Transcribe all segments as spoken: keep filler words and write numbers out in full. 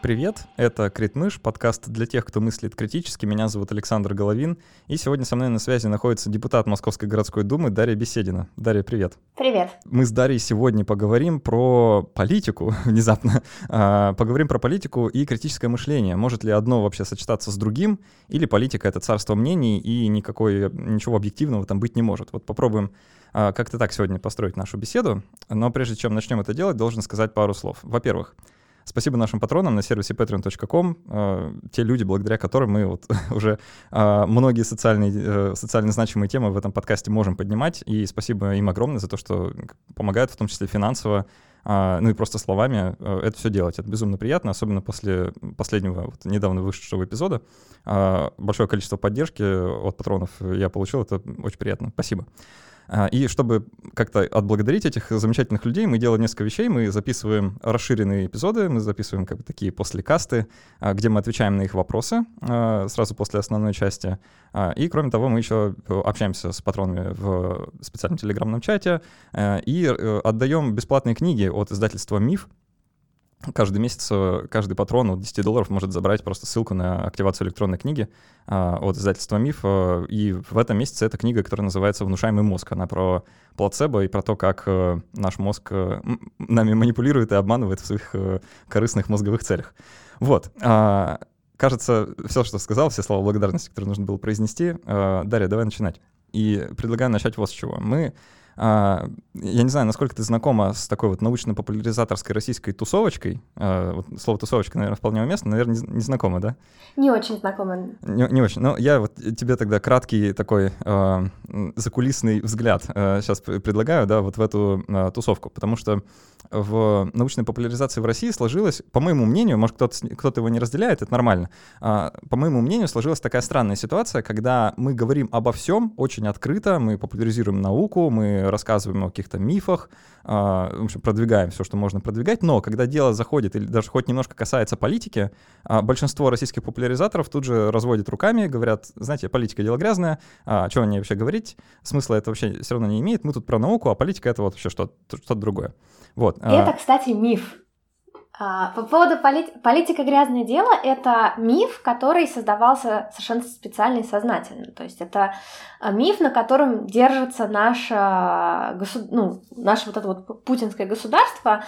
Привет, это Критмыш, подкаст для тех, кто мыслит критически. Меня зовут Александр Головин, и сегодня со мной на связи находится депутат Московской городской думы Дарья Беседина. Дарья, привет. Привет. Мы с Дарьей сегодня поговорим про политику, внезапно, поговорим про политику и критическое мышление. Может ли одно вообще сочетаться с другим, или политика — это царство мнений, и никакой, ничего объективного там быть не может. Вот попробуем как-то так сегодня построить нашу беседу, но прежде чем начнем это делать, должен сказать пару слов. Во-первых, спасибо нашим патронам на сервисе патреон точка ком, э, те люди, благодаря которым мы вот уже э, многие социальные, э, социально значимые темы в этом подкасте можем поднимать, и спасибо им огромное за то, что помогают, в том числе финансово, э, ну и просто словами э, это все делать. Это безумно приятно, особенно после последнего, вот, недавно вышедшего эпизода. Э, большое количество поддержки от патронов я получил, это очень приятно. Спасибо. И чтобы как-то отблагодарить этих замечательных людей, мы делаем несколько вещей. Мы записываем расширенные эпизоды, мы записываем как бы такие послекасты, где мы отвечаем на их вопросы сразу после основной части. И, кроме того, мы еще общаемся с патронами в специальном телеграмном чате и отдаем бесплатные книги от издательства «Миф». Каждый месяц каждый патрон от десяти долларов может забрать просто ссылку на активацию электронной книги а, от издательства «Миф». А, и в этом месяце эта книга, которая называется «Внушаемый мозг». Она про плацебо и про то, как а, наш мозг а, нами манипулирует и обманывает в своих а, корыстных мозговых целях. Вот. А, кажется, все, что сказал, все слова благодарности, которые нужно было произнести. А, Дарья, давай начинать. И предлагаю начать вот с чего. Мы... Uh, я не знаю, насколько ты знакома с такой вот научно-популяризаторской российской тусовочкой. Uh, вот слово «тусовочка», наверное, вполне уместно. Наверное, не, не знакома, да? Не очень знакома. Не, не очень. Но я вот тебе тогда краткий такой uh, закулисный взгляд uh, сейчас предлагаю, да, вот в эту uh, тусовку. Потому что в научной популяризации в России сложилось, по моему мнению, может, кто-то, кто-то его не разделяет, это нормально, uh, по моему мнению, сложилась такая странная ситуация, когда мы говорим обо всем очень открыто, мы популяризируем науку, мы рассказываем о каких-то мифах, в общем, продвигаем все, что можно продвигать, но когда дело заходит или даже хоть немножко касается политики, большинство российских популяризаторов тут же разводят руками, говорят, знаете, политика — дело грязное, а что о ней вообще говорить, смысла это вообще все равно не имеет, мы тут про науку, а политика — это вот вообще что-то, что-то другое. Вот. Это, кстати, миф. По поводу полит... политика «Грязное дело» — это миф, который создавался совершенно специально и сознательно. То есть это миф, на котором держится наше, госуд... ну, наше вот это вот путинское государство.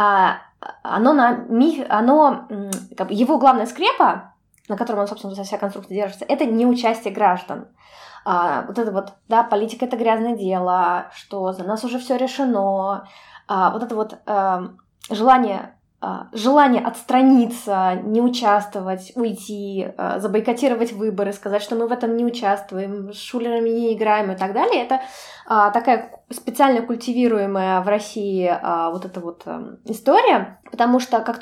Оно на миф... оно... как бы его главная скрепа, на котором он, собственно, вся конструкция держится, это неучастие граждан. Вот это вот, да, политика — это грязное дело, что за нас уже все решено. Вот это вот желание... желание отстраниться, не участвовать, уйти, забойкотировать выборы, сказать, что мы в этом не участвуем, с шулерами не играем и так далее, это такая специально культивируемая в России вот эта вот история, потому что как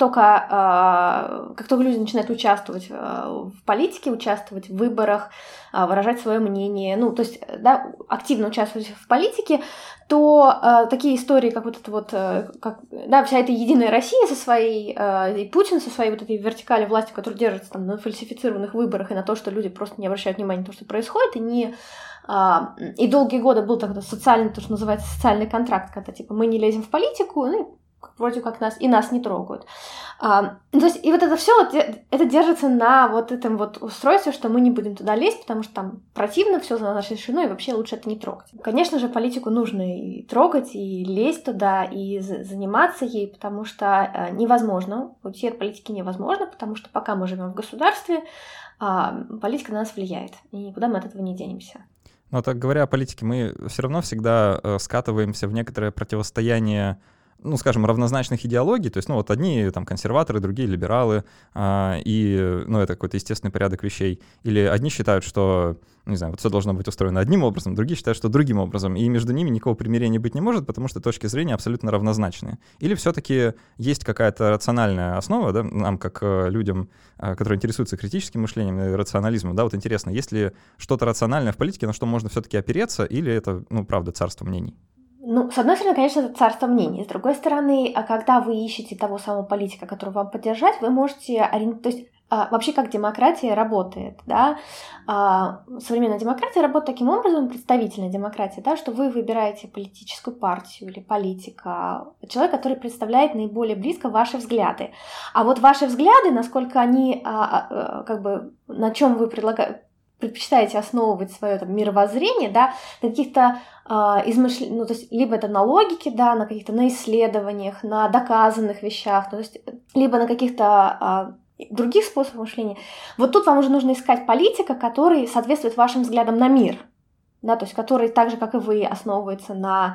только, как только люди начинают участвовать в политике, участвовать в выборах, выражать свое мнение, ну, то есть, да, активно участвовать в политике, то э, такие истории, как вот это вот, э, как, да, вся эта Единая Россия со своей, э, и Путин со своей вот этой вертикали власти, которая держится там на фальсифицированных выборах и на то, что люди просто не обращают внимания на то, что происходит, и не... Э, и долгие годы был тогда социальный, то, что называется социальный контракт, когда, типа, мы не лезем в политику, ну, вроде как нас, и нас не трогают. А, то есть, и вот это все вот, это держится на вот этом вот устройстве, что мы не будем туда лезть, потому что там противно, все за нас решено, и вообще лучше это не трогать. Конечно же, политику нужно и трогать, и лезть туда, и заниматься ей, потому что невозможно, уйти от политики невозможно, потому что пока мы живем в государстве, политика на нас влияет, и никуда мы от этого не денемся. Но так говоря о политике, мы все равно всегда скатываемся в некоторое противостояние, ну, скажем, равнозначных идеологий, то есть, ну, вот одни там консерваторы, другие либералы, а, и, ну, это какой-то естественный порядок вещей. Или одни считают, что, не знаю, вот все должно быть устроено одним образом, другие считают, что другим образом, и между ними никакого примирения быть не может, потому что точки зрения абсолютно равнозначные. Или все-таки есть какая-то рациональная основа, да, нам, как людям, которые интересуются критическим мышлением и рационализмом, да, вот интересно, есть ли что-то рациональное в политике, на что можно все-таки опереться, или это, ну, правда, царство мнений? Ну, с одной стороны, конечно, это царство мнений. С другой стороны, когда вы ищете того самого политика, которого вам поддержать, вы можете ориентироваться... То есть а, вообще как демократия работает, да. А, современная демократия работает таким образом, представительная демократия, да, что вы выбираете политическую партию или политика, человек, который представляет наиболее близко ваши взгляды. А вот ваши взгляды, насколько они, а, а, как бы, на чем вы предлагаете, предпочитаете основывать свое там мировоззрение, да, на каких-то э, измышлениях, ну, то есть либо это на логике, да, на каких-то на исследованиях, на доказанных вещах, то есть либо на каких-то э, других способах мышления. Вот тут вам уже нужно искать политика, который соответствует вашим взглядам на мир, да, то есть который так же, как и вы, основывается на,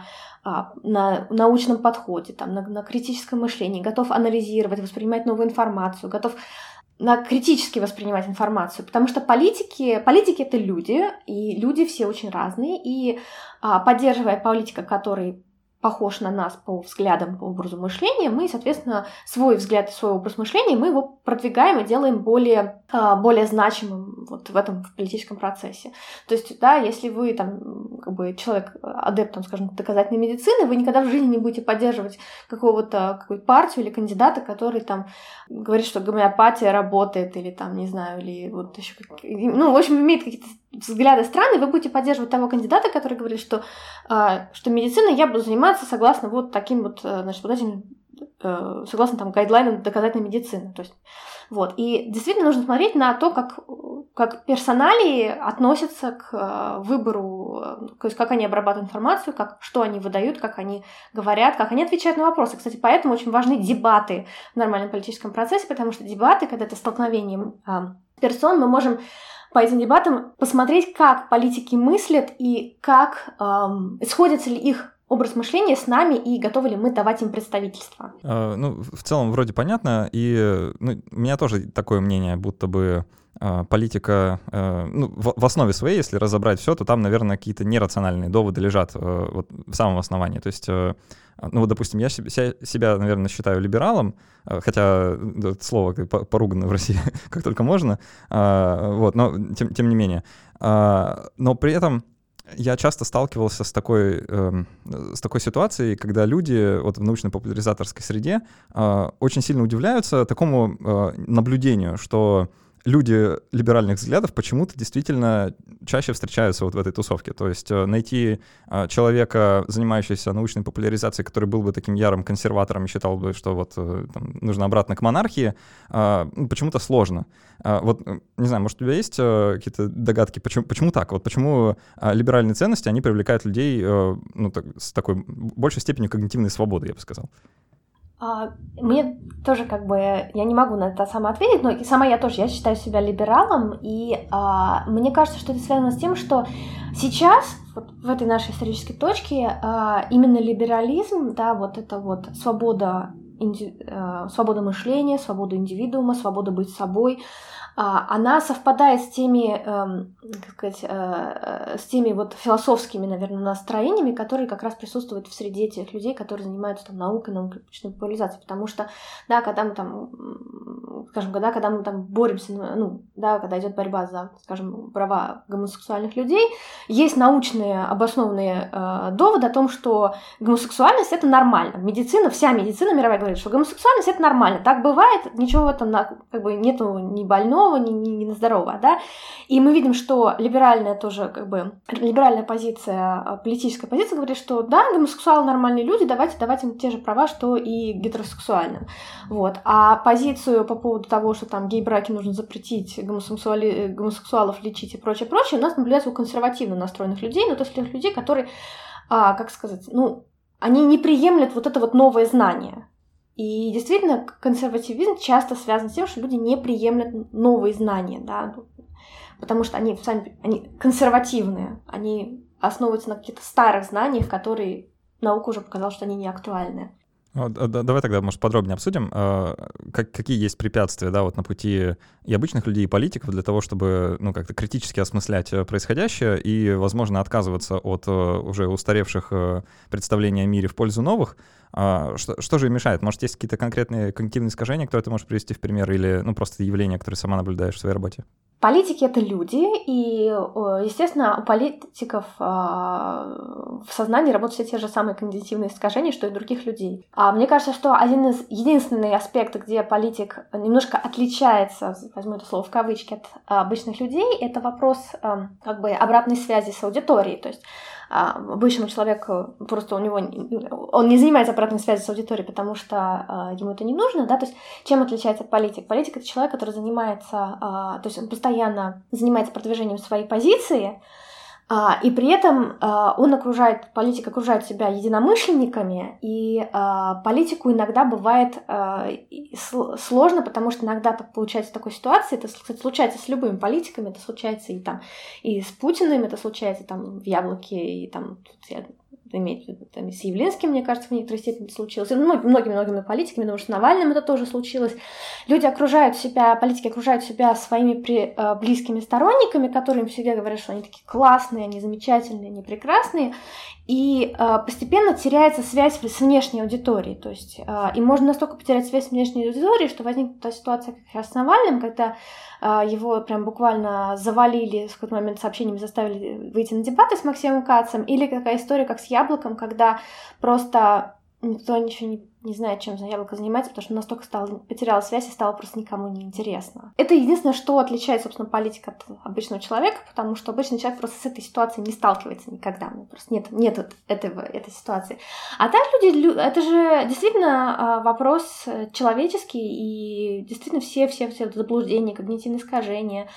на научном подходе, там, на, на критическом мышлении, готов анализировать, воспринимать новую информацию, готов на критически воспринимать информацию, потому что политики, политики — это люди, и люди все очень разные, и а, поддерживая политика, который похож на нас по взглядам, по образу мышления, мы, соответственно, свой взгляд и свой образ мышления, мы его продвигаем и делаем более, более значимым вот в этом в политическом процессе. То есть, да, если вы там, как бы, человек, адепт, там, скажем, доказательной медицины, вы никогда в жизни не будете поддерживать какого-то, какую-то партию или кандидата, который там говорит, что гомеопатия работает, или там, не знаю, или вот еще, ну, в общем, имеет какие-то взгляды странные, вы будете поддерживать того кандидата, который говорит, что, что медицина я буду заниматься согласно вот таким вот, значит, вот этим, согласно там гайдлайнам доказательной медицины. То есть, вот. И действительно нужно смотреть на то, как, как персоналии относятся к выбору, то есть как они обрабатывают информацию, как, что они выдают, как они говорят, как они отвечают на вопросы. Кстати, поэтому очень важны дебаты в нормальном политическом процессе, потому что дебаты, когда это столкновение персон, мы можем по этим дебатам посмотреть, как политики мыслят и как эм, сходятся ли их образ мышления с нами и готовы ли мы давать им представительство. Uh, ну, в целом вроде понятно, и ну, у меня тоже такое мнение, будто бы uh, политика, uh, ну, в, в основе своей, если разобрать все, то там, наверное, какие-то нерациональные доводы лежат uh, вот, в самом основании. То есть, uh, ну вот, допустим, я себя, себя, наверное, считаю либералом, хотя это слово поругано в России как только можно, uh, вот, но тем, тем не менее. Uh, но при этом я часто сталкивался с такой, э, с такой ситуацией, когда люди вот в научно-популяризаторской среде э, очень сильно удивляются такому э, наблюдению, что люди либеральных взглядов почему-то действительно чаще встречаются вот в этой тусовке. То есть э, найти э, человека, занимающегося научной популяризацией, который был бы таким ярым консерватором и считал бы, что вот э, там, нужно обратно к монархии, э, почему-то сложно. Э, вот, не знаю, может, у тебя есть э, какие-то догадки, почему, почему так? Вот почему э, либеральные ценности, они привлекают людей э, ну, так, с такой большей степенью когнитивной свободы, я бы сказал? Мне тоже как бы, я не могу на это сама ответить, но сама я тоже, я считаю себя либералом, и а, мне кажется, что это связано с тем, что сейчас, вот в этой нашей исторической точке, а, именно либерализм, да, вот это вот свобода, инди, а, свобода мышления, свобода индивидуума, свобода быть собой, а, она совпадает с теми, э, как сказать, э, с теми вот философскими, наверное, настроениями, которые как раз присутствуют в среде тех людей, которые занимаются там наукой, научной популяризацией, потому что, да, когда мы там, скажем, когда, когда мы там боремся, ну, да, когда идет борьба за, скажем, права гомосексуальных людей, есть научные обоснованные э, доводы о том, что гомосексуальность — это нормально. Медицина, вся медицина мировая говорит, что гомосексуальность — это нормально. Так бывает, ничего в этом как бы нету ни больного, ни, ни, ни здорового, да. И мы видим, что либеральная тоже, как бы, либеральная позиция, политическая позиция говорит, что да, гомосексуалы нормальные люди, давайте давать им те же права, что и гетеросексуальным. Вот. А позицию по поводу того, что там гей-браки нужно запретить, гомосексуали, гомосексуалов лечить и прочее, прочее, у нас наблюдается у консервативно настроенных людей, ну, то есть тех людей, которые, а, как сказать, ну, они не приемлят вот это вот новое знание. И действительно, консервативизм часто связан с тем, что люди не приемлят новые знания, да, потому что они сами они консервативные, они основываются на каких-то старых знаниях, которые наука уже показала, что они не актуальны. Давай тогда, может, подробнее обсудим, как, какие есть препятствия, да, вот на пути и обычных людей, и политиков для того, чтобы, ну, как-то критически осмыслять происходящее и, возможно, отказываться от уже устаревших представлений о мире в пользу новых. А, что, что же им мешает? Может, есть какие-то конкретные когнитивные искажения, которые ты можешь привести в пример, или ну, просто явления, которые сама наблюдаешь в своей работе? Политики — это люди, и, естественно, у политиков в сознании работают все те же самые когнитивные искажения, что и у других людей. А мне кажется, что один из единственный аспект, где политик немножко отличается, возьму это слово в кавычки, от обычных людей, это вопрос как бы обратной связи с аудиторией. То есть обычному человеку просто у него он не занимается обратной связью с аудиторией, потому что ему это не нужно, да. То есть чем отличается политик? Политик — это человек, который занимается, то есть он постоянно занимается продвижением своей позиции, и при этом он окружает, политик окружает себя единомышленниками, и политику иногда бывает сложно, потому что иногда так получается в такой ситуации, это, кстати, случается с любыми политиками, это случается и там и с Путиным, это случается там в Яблоке, и там иметь там, с Явлинским, мне кажется, в некоторой степени случилось. И многими-многими политиками, потому что с Навальным это тоже случилось. Люди окружают себя, политики окружают себя своими при, э, близкими сторонниками, которые им всегда говорят, что они такие классные, они замечательные, они прекрасные. И э, постепенно теряется связь с внешней аудиторией. То есть, э, и можно настолько потерять связь с внешней аудиторией, что возникнет та ситуация, как сейчас с Навальным, когда э, его прям буквально завалили, в какой-то момент сообщениями заставили выйти на дебаты с Максимом Кацем, или такая история, как с Яблоком, когда просто никто ничего не, не знает, чем за Яблоко занимается, потому что он настолько стал, потерял связь и стало просто никому не интересно. Это единственное, что отличает, собственно, политика от обычного человека, потому что обычный человек просто с этой ситуацией не сталкивается никогда. Ну, просто нет, нет вот этого, этой ситуации. А так люди, это же действительно вопрос человеческий, и действительно все, все, все заблуждения, когнитивные искажения,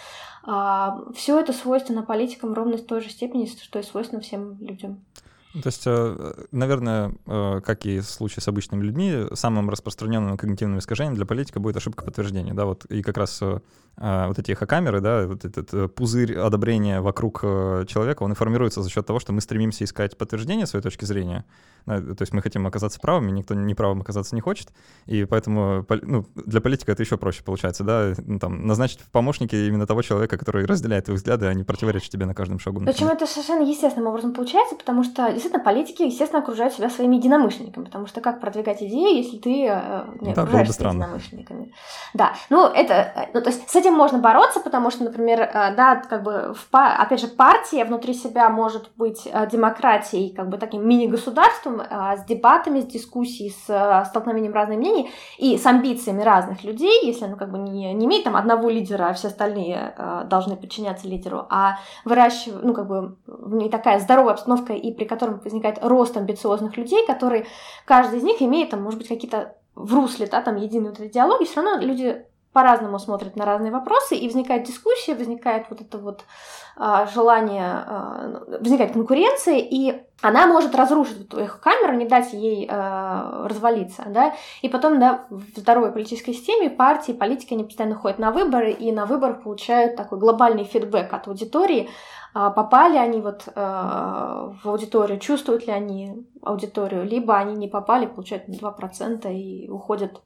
все это свойственно политикам ровно в той же степени, что и свойственно всем людям. То есть, наверное, как и в случае с обычными людьми, самым распространенным когнитивным искажением для политика будет ошибка подтверждения, да, вот, и как раз вот эти эхокамеры, да, вот этот пузырь одобрения вокруг человека, он и формируется за счет того, что мы стремимся искать подтверждение своей точки зрения, да, то есть мы хотим оказаться правыми, никто неправым оказаться не хочет, и поэтому, ну, для политика это еще проще получается, да, ну, там, назначить в помощники именно того человека, который разделяет твои взгляды, а не противоречит тебе на каждом шагу. Почему это совершенно естественным образом получается, потому что действительно, политики, естественно, окружают себя своими единомышленниками, потому что как продвигать идеи, если ты э, не да, окружаешь себя единомышленниками? Да, ну это, ну то есть с этим можно бороться, потому что, например, э, да, как бы, в, опять же, партия внутри себя может быть э, демократией, как бы таким мини-государством, э, с дебатами, с дискуссией, с э, столкновением разных мнений и с амбициями разных людей, если оно как бы не, не имеет там одного лидера, а все остальные э, должны подчиняться лидеру, а выращивать, ну как бы, не такая здоровая обстановка, и при котором возникает рост амбициозных людей, которые, каждый из них имеет, там, может быть, какие-то в русле, да, там, единую вот идеологию, все равно люди по-разному смотрят на разные вопросы, и возникает дискуссия, возникает вот это вот а, желание, а, возникает конкуренция, и она может разрушить эту эхокамеру, не дать ей а, развалиться, да, и потом, да, в здоровой политической системе партии, политики, они постоянно ходят на выборы, и на выборах получают такой глобальный фидбэк от аудитории, а, попали они вот а, в аудиторию, чувствуют ли они аудиторию, либо они не попали, получают два процента и уходят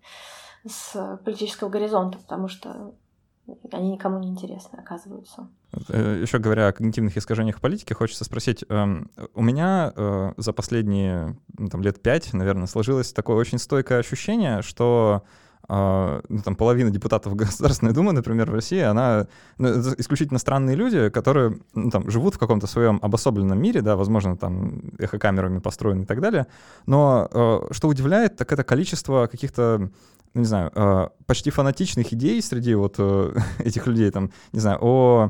с политического горизонта, потому что они никому не интересны, оказываются. Еще говоря о когнитивных искажениях в политике, хочется спросить, у меня за последние там, лет пять, наверное, сложилось такое очень стойкое ощущение, что ну, там, половина депутатов Государственной Думы, например, в России, она ну, исключительно странные люди, которые ну, там, живут в каком-то своем обособленном мире, да, возможно, там эхокамерами построены и так далее, но что удивляет, так это количество каких-то ну, не знаю, почти фанатичных идей среди вот этих людей, там, не знаю, о,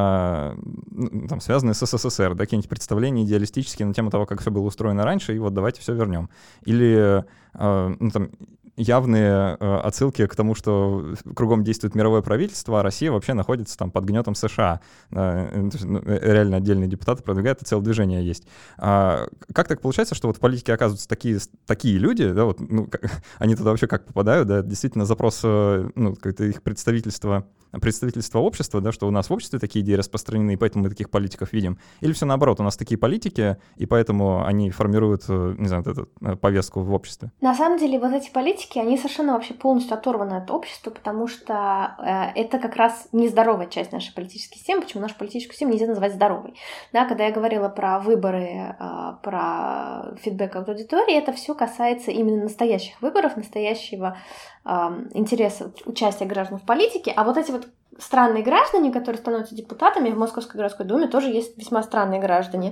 там, связанные с СССР, да, какие-нибудь представления идеалистические на тему того, как все было устроено раньше, и вот давайте все вернем. Или, ну, там, явные отсылки к тому, что кругом действует мировое правительство, а Россия вообще находится там под гнетом США. Реально отдельные депутаты продвигают, и целое движение есть. А как так получается, что вот в политике оказываются такие, такие люди, да, вот, ну, они туда вообще как попадают, да, действительно запрос, ну, как-то их представительства, представительство общества, да, что у нас в обществе такие идеи распространены, и поэтому мы таких политиков видим. Или все наоборот, у нас такие политики, и поэтому они формируют, не знаю, вот эту повестку в обществе. На самом деле вот эти политики, политики, они совершенно вообще полностью оторваны от общества, потому что э, это как раз нездоровая часть нашей политической системы. Почему нашу политическую систему нельзя назвать здоровой? Да, когда я говорила про выборы, э, про фидбэк от аудитории, это все касается именно настоящих выборов, настоящего э, интереса, участия граждан в политике. А вот эти вот странные граждане, которые становятся депутатами, в Московской городской думе тоже есть весьма странные граждане,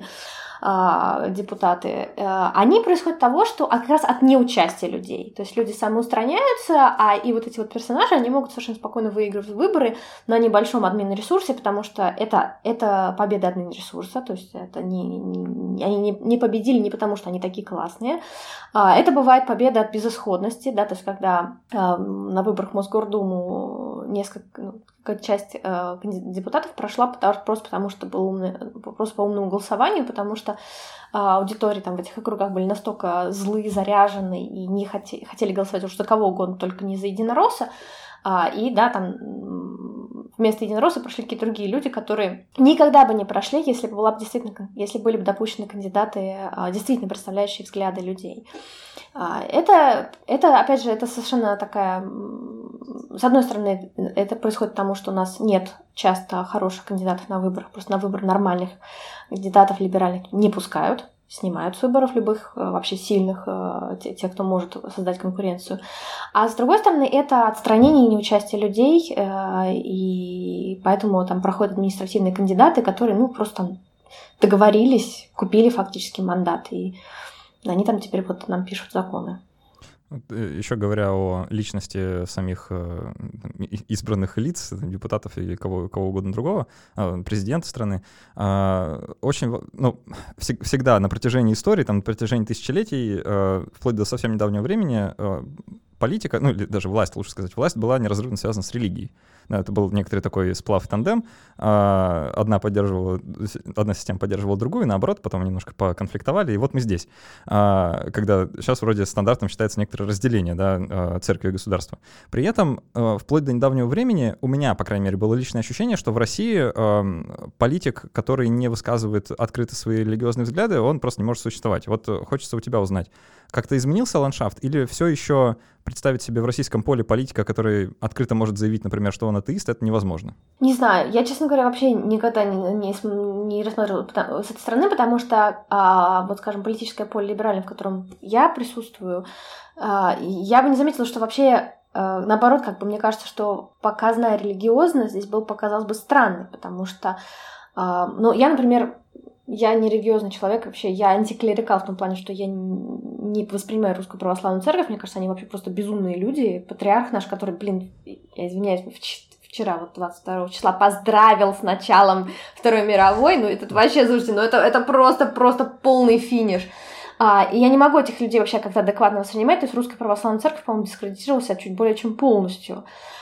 депутаты, они происходят от того, что как раз от неучастия людей. То есть люди самоустраняются, а и вот эти вот персонажи, они могут совершенно спокойно выигрывать выборы на небольшом админ-ресурсе, потому что это, это победа админ-ресурса, то есть это не, не, они не, не победили не потому, что они такие классные. Это бывает победа от безысходности, да, то есть когда на выборах в Мосгордуму несколько, ну, часть э, депутатов прошла просто потому, что был умный, просто по умному голосованию, потому что э, аудитории там в этих округах были настолько злые, заряжены и не хотели, хотели голосовать уж за кого угодно, только не за единоросса. А, и да, там вместо единоросса прошли какие-то другие люди, которые никогда бы не прошли, если бы была бы действительно, если были бы допущены кандидаты, а, действительно представляющие взгляды людей. А, это, это, опять же, это совершенно такая... С одной стороны, это происходит потому, что у нас нет часто хороших кандидатов на выборах, просто на выбор нормальных кандидатов либеральных не пускают, снимают с выборов любых вообще сильных, тех, кто может создать конкуренцию. А с другой стороны, это отстранение и неучастие людей, и поэтому там проходят административные кандидаты, которые, ну, просто там договорились, купили фактически мандат, и они там теперь вот нам пишут законы. Еще говоря о личности самих избранных лиц, депутатов или кого, кого угодно другого, президента страны, очень, ну, всегда на протяжении истории, там, на протяжении тысячелетий, вплоть до совсем недавнего времени, политика, ну или даже власть, лучше сказать, власть была неразрывно связана с религией. Да, это был некоторый такой сплав тандем. Одна поддерживала, одна система поддерживала другую, наоборот, потом немножко поконфликтовали, и вот мы здесь. Когда сейчас вроде стандартом считается некоторое разделение, да, церкви и государства. При этом вплоть до недавнего времени у меня, по крайней мере, было личное ощущение, что в России политик, который не высказывает открыто свои религиозные взгляды, он просто не может существовать. Вот хочется у тебя узнать, как-то изменился ландшафт или все еще представить себе в российском поле политика, который открыто может заявить, например, что он атеист, это невозможно? Не знаю. Я, честно говоря, вообще никогда не, не, не рассматривала с этой стороны, потому что, а, вот, скажем, политическое поле либеральное, в котором я присутствую, а, я бы не заметила, что вообще, а, наоборот, как бы мне кажется, что показная религиозность здесь была, показалась бы странной, потому что, а, ну, я, например, я не религиозный человек, вообще я антиклерикал в том плане, что я не воспринимаю русскую православную церковь, мне кажется, они вообще просто безумные люди. Патриарх наш, который, блин, я извиняюсь, вчера, вот двадцать второго числа, поздравил с началом Второй мировой, ну это вообще, слушайте, ну это, это просто, просто полный финиш. А, и я не могу этих людей вообще как-то адекватно воспринимать, то есть русская православная церковь, по-моему, дискредитировалась чуть более чем полностью.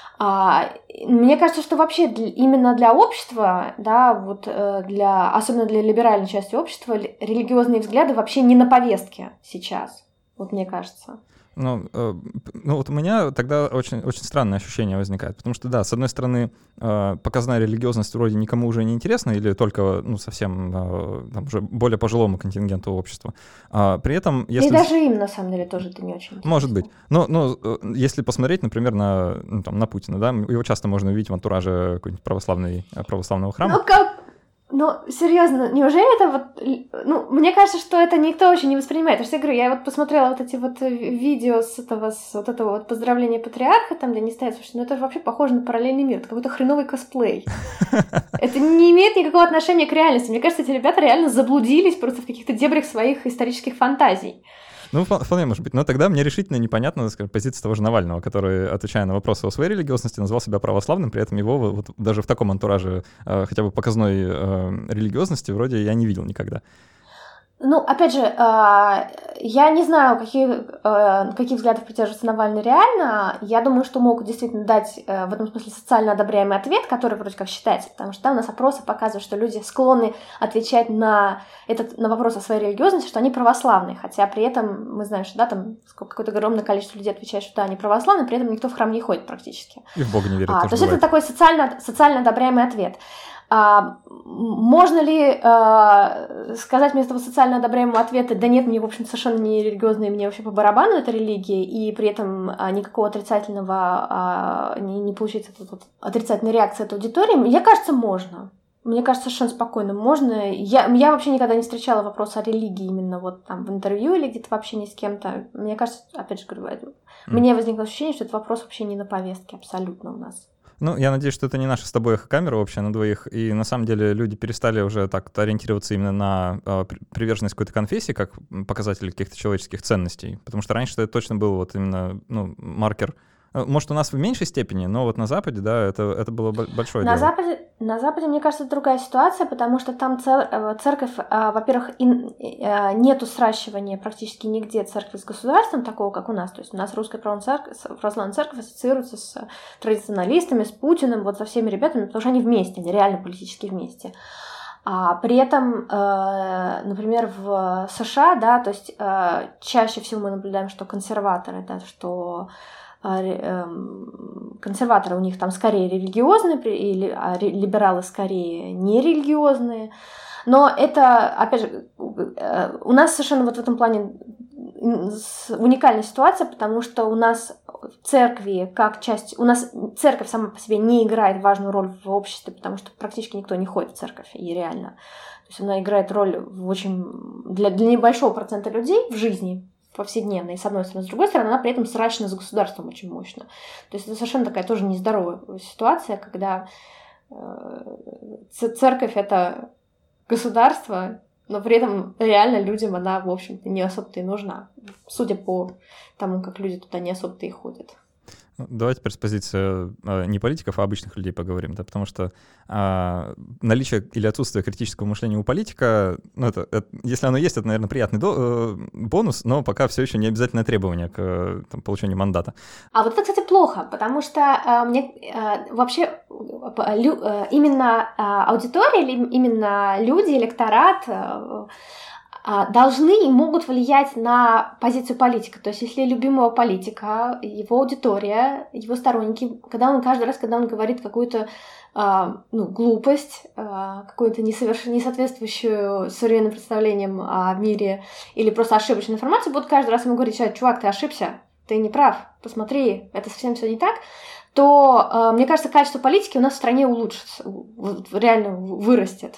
А, мне кажется, что вообще для, именно для общества, да, вот для, особенно для либеральной части общества, религиозные взгляды вообще не на повестке сейчас, вот мне кажется. Ну, э, ну, вот у меня тогда очень, очень странное ощущение возникает, потому что, да, с одной стороны, э, показная религиозность вроде никому уже не интересна или только, ну, совсем э, там, уже более пожилому контингенту общества. А при этом, если... И даже им, на самом деле, тоже это не очень интересно. Может быть. Но, но если посмотреть, например, на, ну, там, на Путина, да, его часто можно увидеть в антураже какой-нибудь православной, православного храма. Ну, как... Ну, серьезно, неужели это вот... Ну, мне кажется, что это никто вообще не воспринимает. Я же говорю, я вот посмотрела вот эти вот видео с этого, с вот этого вот поздравления патриарха, там, где они стоят, слушай, ну это же вообще похоже на параллельный мир, это какой-то хреновый косплей. Это не имеет никакого отношения к реальности. Мне кажется, эти ребята реально заблудились просто в каких-то дебрях своих исторических фантазий. Ну, вполне может быть. Но тогда мне решительно непонятна, скажем, позиция того же Навального, который, отвечая на вопросы о своей религиозности, назвал себя православным, при этом его вот даже в таком антураже э, хотя бы показной э, религиозности вроде я не видел никогда. Ну, опять же, я не знаю, какие, каких взглядов придерживается Навальный реально. Я думаю, что мог действительно дать в этом смысле социально одобряемый ответ, который вроде как считается, потому что да, у нас опросы показывают, что люди склонны отвечать на, этот, на вопрос о своей религиозности, что они православные, хотя при этом мы знаем, что да, там какое-то огромное количество людей отвечает, что да, они православные, при этом никто в храм не ходит практически. И в Бога не верит. А, то есть бывает. Это такой социально, социально одобряемый ответ. А, можно ли э, сказать вместо этого социально одобряемого ответа: да нет, мне, в общем, совершенно не религиозно, и мне вообще по барабану эта религия, и при этом а, никакого отрицательного, а, не, не получится вот, вот, отрицательной реакции от аудитории? Мне кажется, можно. Мне кажется, совершенно спокойно можно. Я, я вообще никогда не встречала вопрос о религии именно вот там в интервью или где-то в общении с кем-то. Мне кажется, опять же говорю, mm. мне возникло ощущение, что этот вопрос вообще не на повестке абсолютно у нас. Ну, я надеюсь, что это не наша с тобой эхокамера общая на двоих, и на самом деле люди перестали уже так ориентироваться именно на э, приверженность какой-то конфессии, как показатель каких-то человеческих ценностей, потому что раньше это точно был вот именно, ну, маркер. Может, у нас в меньшей степени, но вот на Западе, да, это, это было большое на дело. Западе, на Западе, мне кажется, другая ситуация, потому что там цер- церковь, во-первых, нету сращивания практически нигде церкви с государством, такого, как у нас. То есть у нас русская православная церковь ассоциируется с традиционалистами, с Путиным, вот со всеми ребятами, потому что они вместе, они реально политически вместе. А при этом, например, в США, да, то есть чаще всего мы наблюдаем, что консерваторы, да, что консерваторы у них там скорее религиозные, а либералы скорее нерелигиозные. Но это, опять же, у нас совершенно вот в этом плане уникальная ситуация, потому что у нас церкви как часть... У нас церковь сама по себе не играет важную роль в обществе, потому что практически никто не ходит в церковь, и реально. То есть она играет роль в очень... для, для небольшого процента людей в жизни, повседневной, с одной стороны, с другой стороны, она при этом сращена с государством очень мощно. То есть это совершенно такая тоже нездоровая ситуация, когда церковь — это государство, но при этом реально людям она, в общем-то, не особо-то и нужна, судя по тому, как люди туда не особо-то и ходят. Давайте теперь с позиции э, не политиков, а обычных людей поговорим, да, потому что э, наличие или отсутствие критического мышления у политика, ну, это, это, если оно есть, это, наверное, приятный до, э, бонус, но пока все еще не обязательное требование к э, там, получению мандата. А вот это, кстати, плохо, потому что э, мне э, вообще э, лю, э, именно э, аудитория, или именно люди, электорат э, должны и могут влиять на позицию политика. То есть если любимого политика, его аудитория, его сторонники, когда он каждый раз, когда он говорит какую-то э, ну, глупость, э, какую-то несоверш... несоответствующую современным представлениям о мире или просто ошибочную информацию, будут каждый раз ему говорить: чувак, ты ошибся, ты не прав, посмотри, это совсем все не так, то, э, мне кажется, качество политики у нас в стране улучшится, реально вырастет.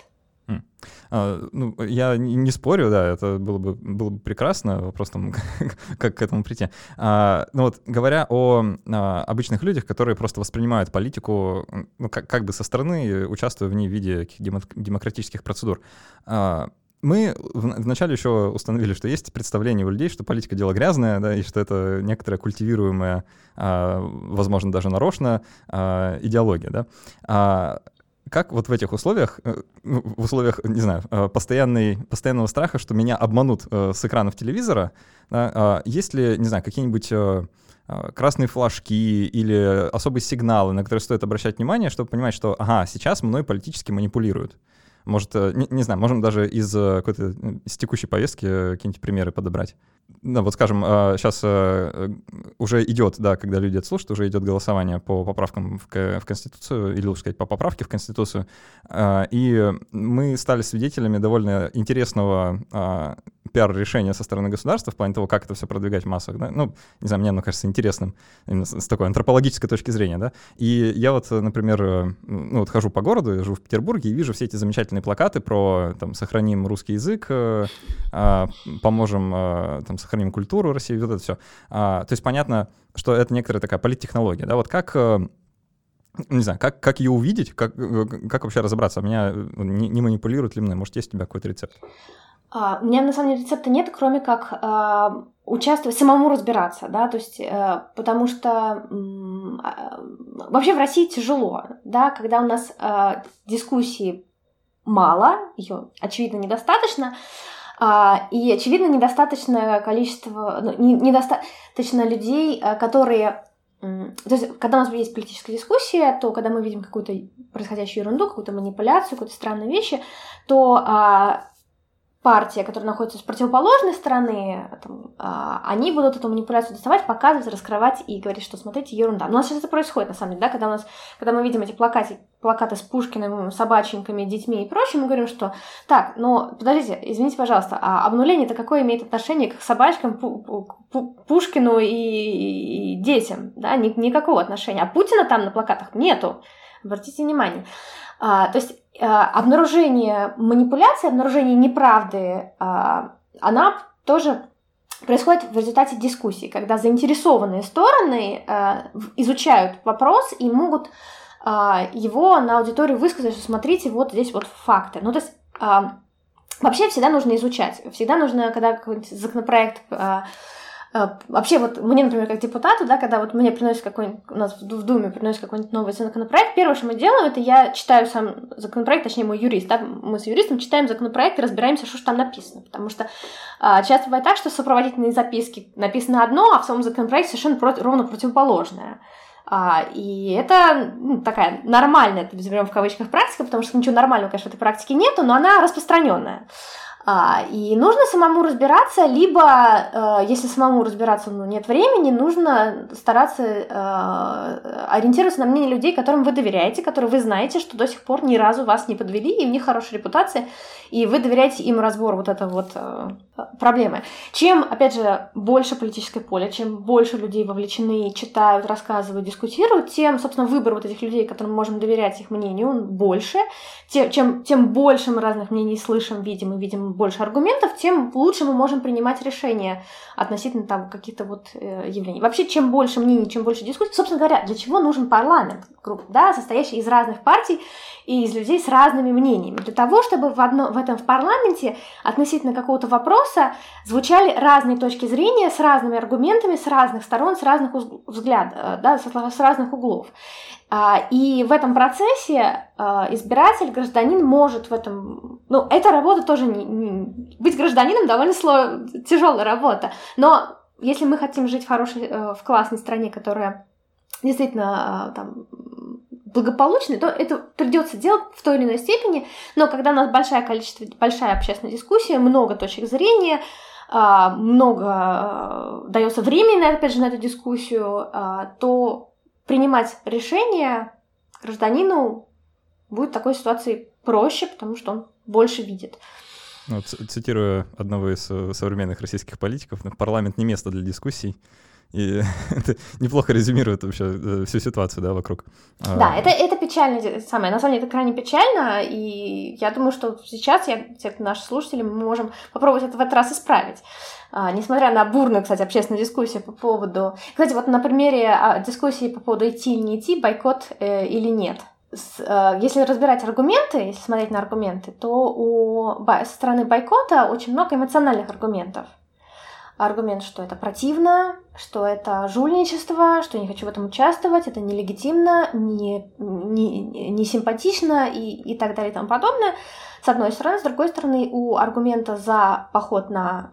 Uh, ну, я не, не спорю, да, это было бы, было бы прекрасно, вопрос там, как к этому прийти. Uh, ну вот, говоря о uh, обычных людях, которые просто воспринимают политику, ну, как, как бы со стороны, участвуя в ней в виде демократических процедур, uh, мы вначале еще установили, что есть представление у людей, что политика — дело грязное, да, и что это некоторая культивируемая, uh, возможно, даже нарочно, uh, идеология, да. Uh, Как вот в этих условиях, в условиях, не знаю, постоянной, постоянного страха, что меня обманут с экранов телевизора, да, есть ли, не знаю, какие-нибудь красные флажки или особые сигналы, на которые стоит обращать внимание, чтобы понимать, что, ага, сейчас мной политически манипулируют? Может, не, не знаю, можем даже из какой-то из текущей повестки какие-нибудь примеры подобрать. Ну, вот, скажем, сейчас уже идет, да, когда люди это слушают, уже идет голосование по поправкам в, в Конституцию, или лучше сказать, по поправке в Конституцию, и мы стали свидетелями довольно интересного пиар-решения со стороны государства в плане того, как это все продвигать в массах, да? Ну, не знаю, мне оно кажется интересным именно с, с такой антропологической точки зрения, да, и я вот, например, ну, вот хожу по городу, я живу в Петербурге и вижу все эти замечательные плакаты про, там, сохраним русский язык, поможем, там, сохраним культуру России, вот это все. То есть понятно, что это некоторая такая политтехнология, да, вот как... Не знаю, как, как ее увидеть, как, как вообще разобраться? Меня не, не манипулируют ли мной? Может, есть у тебя какой-то рецепт? Uh, у меня, на самом деле, рецепта нет, кроме как uh, участвовать, самому разбираться, да, то есть, uh, потому что um, uh, вообще в России тяжело, да, когда у нас uh, дискуссии мало, ее, очевидно, недостаточно, uh, и, очевидно, недостаточное количество, ну, не, недостаточно людей, uh, которые... То есть, когда у нас есть политическая дискуссия, то когда мы видим какую-то происходящую ерунду, какую-то манипуляцию, какую-то странные вещи, то... Uh, партия, которая находится с противоположной стороны, там, а, они будут эту манипуляцию доставать, показывать, раскрывать и говорить, что смотрите, ерунда. Но у нас сейчас это происходит, на самом деле, да, когда, у нас, когда мы видим эти плакаты, плакаты с Пушкиным, собаченьками, детьми и прочим, мы говорим, что так, но подождите, извините, пожалуйста, а обнуление-то какое имеет отношение к собачкам, Пушкину и, и детям? Да, никакого отношения. А Путина там на плакатах нету. Обратите внимание. А, то есть а, обнаружение манипуляции, обнаружение неправды, а, она тоже происходит в результате дискуссий, когда заинтересованные стороны а, изучают вопрос и могут а, его на аудитории высказать, что смотрите, вот здесь вот факты. Ну, то есть а, вообще всегда нужно изучать. Всегда нужно, когда какой-нибудь законопроект... А, Вообще, вот мне, например, как депутату, да, когда вот мне приносят какой-нибудь, у нас в Думе приносят какой-нибудь новый законопроект, первое, что мы делаем, это я читаю сам законопроект, точнее, мой юрист, да, мы с юристом читаем законопроект и разбираемся, что же там написано, потому что а, часто бывает так, что в сопроводительной записке написано одно, а в самом законопроекте совершенно против, ровно противоположное. А, и это ну, такая нормальная, это берем в кавычках, практика, потому что ничего нормального, конечно, в этой практике нету, но она распространенная. А, и нужно самому разбираться, либо, э, если самому разбираться ну, нет времени, нужно стараться э, ориентироваться на мнение людей, которым вы доверяете, которые вы знаете, что до сих пор ни разу вас не подвели, и у них хорошая репутация, и вы доверяете им разбор вот этой вот э, проблемы. Чем, опять же, больше политическое поле, чем больше людей вовлечены, читают, рассказывают, дискутируют, тем, собственно, выбор вот этих людей, которым мы можем доверять их мнению, он больше, тем, чем, тем больше мы разных мнений слышим, видим и видим больше аргументов, тем лучше мы можем принимать решения относительно там каких-то вот э, явлений. Вообще, чем больше мнений, чем больше дискуссий, собственно говоря, для чего нужен парламент, да, состоящий из разных партий и из людей с разными мнениями? Для того, чтобы в, одно, в этом в парламенте относительно какого-то вопроса звучали разные точки зрения с разными аргументами, с разных сторон, с разных взглядов, да, с разных углов. И в этом процессе избиратель, гражданин может в этом... Ну, эта работа тоже... Не, не, быть гражданином довольно сло, тяжелая работа. Но если мы хотим жить в хорошей, в классной стране, которая действительно там, благополучная, то это придется делать в той или иной степени. Но когда у нас большое количество, большая общественная дискуссия, много точек зрения, много дается времени, опять же, на эту дискуссию, то... принимать решение гражданину будет в такой ситуации проще, потому что он больше видит. Ну, цитируя одного из современных российских политиков, парламент не место для дискуссий. И это неплохо резюмирует вообще всю ситуацию, да, вокруг. Да, это, это печально, самое. На самом деле, это крайне печально, и я думаю, что сейчас, я, те, кто наши слушатели, мы можем попробовать это в этот раз исправить. А, несмотря на бурную, кстати, общественную дискуссию по поводу... Кстати, вот на примере дискуссии по поводу идти или не идти, бойкот э, или нет. С, э, если разбирать аргументы, если смотреть на аргументы, то у, со стороны бойкота очень много эмоциональных аргументов. Аргумент, что это противно, что это жульничество, что я не хочу в этом участвовать, это нелегитимно, не, не, не симпатично и, и так далее и тому подобное. С одной стороны. С другой стороны, у аргумента за поход на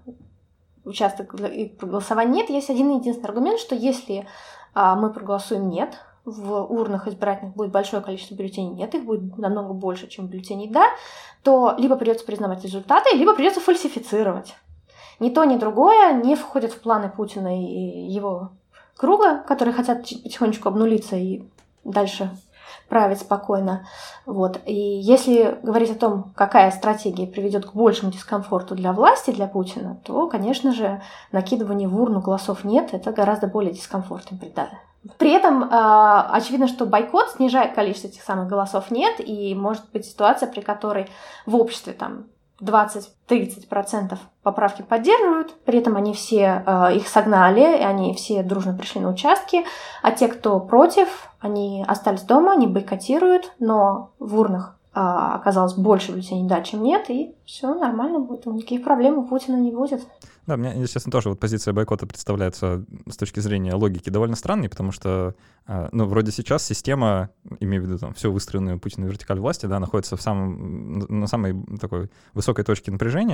участок и проголосование нет. Есть один единственный аргумент, что если а, мы проголосуем нет, в урнах избирательных будет большое количество бюллетеней нет, их будет намного больше, чем бюллетеней да, то либо придется признавать результаты, либо придется фальсифицировать. Ни то, ни другое не входит в планы Путина и его круга, которые хотят потихонечку обнулиться и дальше править спокойно. Вот. И если говорить о том, какая стратегия приведет к большему дискомфорту для власти, для Путина, то, конечно же, накидывание в урну голосов нет, это гораздо более дискомфортно. При этом очевидно, что бойкот снижает количество этих самых голосов нет, и может быть ситуация, при которой в обществе там двадцать-тридцать процентов поправки поддерживают, при этом они все э, их согнали, и они все дружно пришли на участки, а те, кто против, они остались дома, они бойкотируют, но в урнах э, оказалось больше бюллетеней да, чем нет, и все нормально будет, никаких проблем у Путина не будет. Да, мне, если честно, тоже вот позиция бойкота представляется с точки зрения логики довольно странной, потому что, ну, вроде сейчас система, имею в виду там всю выстроенную Путиным вертикаль власти, да, находится в самом, на самой такой высокой точке напряжения,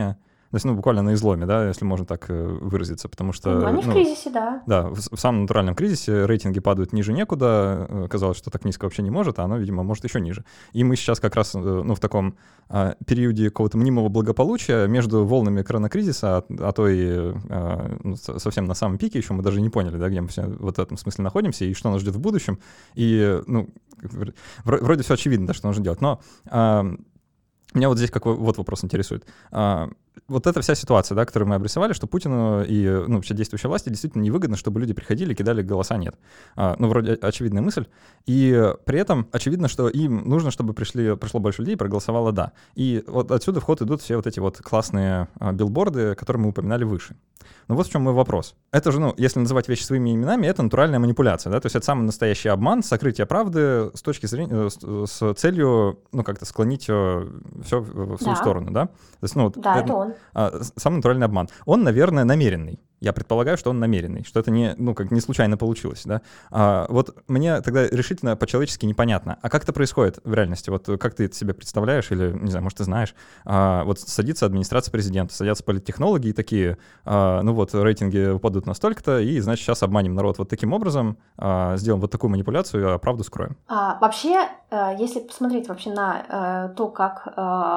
То есть, ну, буквально на изломе, да, если можно так выразиться, потому что... Ну, они ну, в кризисе, да. Да, в, в самом натуральном кризисе рейтинги падают ниже некуда, казалось, что так низко вообще не может, а оно, видимо, может еще ниже. И мы сейчас как раз, ну, в таком а, периоде какого-то мнимого благополучия между волнами коронакризиса, а, а то и а, ну, совсем на самом пике еще мы даже не поняли, да, где мы все вот в этом смысле находимся и что нас ждет в будущем. И, ну, вроде все очевидно, да, что нужно делать, но... А, меня вот здесь какой вот вопрос интересует. А, вот эта вся ситуация, да, которую мы обрисовали, что Путину и ну, вообще действующей власти действительно невыгодно, чтобы люди приходили и кидали голоса «нет». А, ну, вроде очевидная мысль. И при этом очевидно, что им нужно, чтобы пришли, пришло больше людей и проголосовало «да». И вот отсюда в ход идут все вот эти вот классные а, билборды, которые мы упоминали выше. Но вот в чем мой вопрос. Это же, ну, если называть вещи своими именами, это натуральная манипуляция, да, то есть это самый настоящий обман, сокрытие правды с точки зрения, с, с целью, ну, как-то склонить все в свою да. сторону, да? То есть, ну, да, это, это он. Самый натуральный обман. Он, наверное, намеренный. Я предполагаю, что он намеренный, что это не, ну, как не случайно получилось, да. А, вот мне тогда решительно по-человечески непонятно. А как это происходит в реальности? Вот как ты это себе представляешь или, не знаю, может, ты знаешь? А, вот садится администрация президента, садятся политтехнологи и такие, а, ну вот, рейтинги упадут на столько-то, и, значит, сейчас обманем народ вот таким образом, а, сделаем вот такую манипуляцию, а правду скроем. А, вообще, если посмотреть вообще на то, как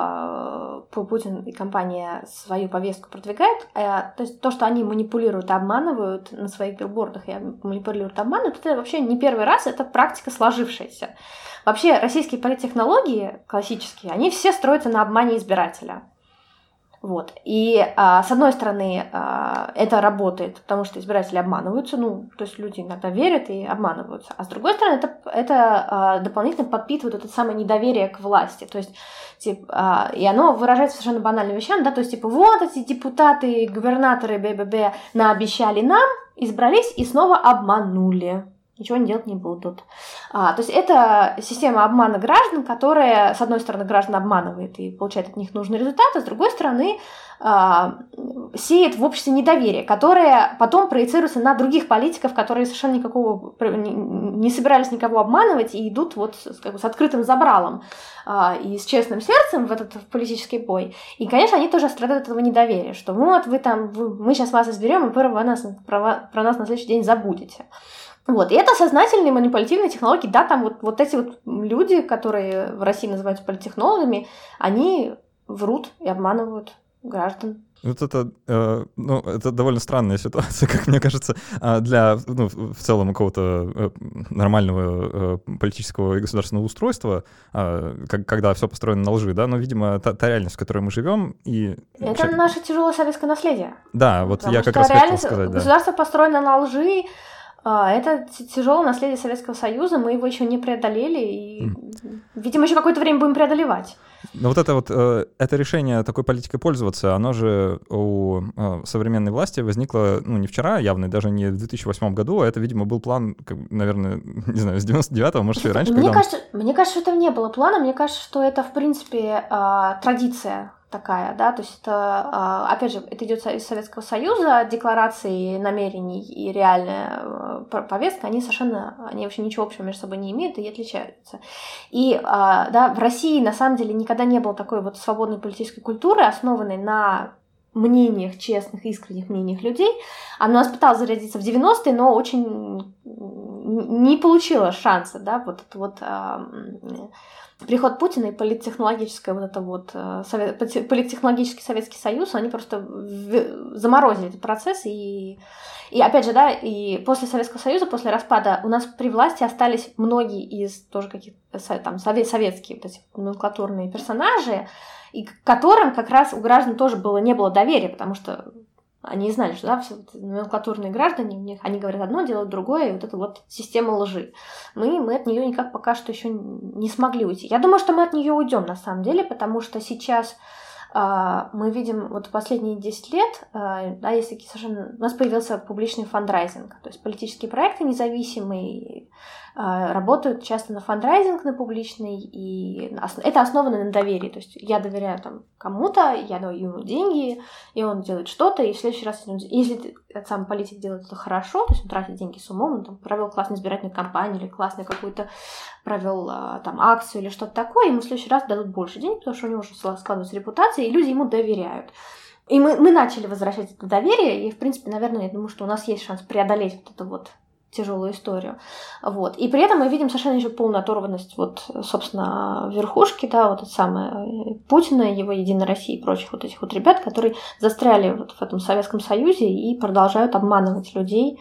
Путин и компания свою повестку продвигают, то есть то, что они манипулируют манипулируют, обманывают на своих билбордах и манипулируют, обманывают, это вообще не первый раз, это практика сложившаяся. Вообще российские политтехнологии классические, они все строятся на обмане избирателя. Вот. И а, с одной стороны а, это работает, потому что избиратели обманываются, ну, то есть люди иногда верят и обманываются. А с другой стороны это, это а, дополнительно подпитывает это самое недоверие к власти. То есть, типа, а, и оно выражается совершенно банальными вещами, да, то есть, типа, вот эти депутаты, губернаторы БББ наобещали нам, избрались и снова обманули. Ничего они делать не будут. А, то есть это система обмана граждан, которая, с одной стороны, граждан обманывает и получает от них нужный результат, а с другой стороны, а, сеет в обществе недоверие, которое потом проецируется на других политиков, которые совершенно никакого не, не собирались никого обманывать и идут вот как бы с открытым забралом а, и с честным сердцем в этот в политический бой. И, конечно, они тоже страдают от этого недоверия, что вот вы там, вы, мы сейчас вас изберем, и про нас, про, про нас на следующий день забудете. Вот, и это сознательные манипулятивные технологии, да, там вот, вот эти вот люди, которые в России называются политтехнологами, они врут и обманывают граждан. Вот это, э, ну, это довольно странная ситуация, как мне кажется, для, ну, в целом какого-то нормального политического и государственного устройства, как, когда все построено на лжи, да, но, видимо, та, та реальность, в которой мы живем, и... Это наше тяжелое советское наследие. Да, вот я как раз хотел сказать, да. Государство построено на лжи. Это тяжелое наследие Советского Союза, мы его еще не преодолели, и, mm. видимо, еще какое-то время будем преодолевать. Но вот это вот, это решение такой политикой пользоваться, оно же у современной власти возникло, ну, не вчера, явно, даже не в две тысячи восьмом году, а это, видимо, был план, наверное, не знаю, с девяносто девятого, может, и раньше. Мне когда кажется, он... мне кажется, что это не было плана, мне кажется, что это, в принципе, традиция такая, да, то есть это, опять же, это идет из Советского Союза, декларации намерений и реальная повестка, они совершенно, они вообще ничего общего между собой не имеют и отличаются. И, да, в России, на самом деле, никогда не было такой вот свободной политической культуры, основанной на мнениях, честных, искренних мнениях людей. Она у нас пыталась зародиться в девяностые, но очень не получила шанса, да, вот это вот... Приход Путина и политтехнологическое вот это вот совет, политтехнологический Советский Союз, они просто заморозили этот процесс и, и опять же, да, и после Советского Союза, после распада у нас при власти остались многие из тоже каких-то там советские вот эти номенклатурные персонажи, и к которым как раз у граждан тоже было, не было доверия, потому что они знали, что, да, все номенклатурные граждане, у них, они говорят одно, делают другое, и вот эта вот система лжи. Мы, мы от нее никак пока что еще не смогли уйти. Я думаю, что мы от нее уйдем на самом деле, потому что сейчас э, мы видим вот последние десять лет, э, да, есть такие совершенно... У нас появился публичный фандрайзинг, то есть политические проекты независимые, работают часто на фандрайзинг, на публичный, и это основано на доверии. То есть я доверяю там кому-то, я даю ему деньги, и он делает что-то, и в следующий раз, если этот сам политик делает это хорошо, то есть он тратит деньги с умом, он там провел классную избирательную кампанию или классную какую-то провел там акцию или что-то такое, ему в следующий раз дадут больше денег, потому что у него уже складывается репутация, и люди ему доверяют. И мы, мы начали возвращать это доверие, и, в принципе, наверное, я думаю, что у нас есть шанс преодолеть вот эту вот тяжелую историю. Вот. И при этом мы видим совершенно еще полную оторванность вот, собственно, верхушки, да, вот это самое Путина, его Единой России и прочих вот этих вот ребят, которые застряли вот в этом Советском Союзе и продолжают обманывать людей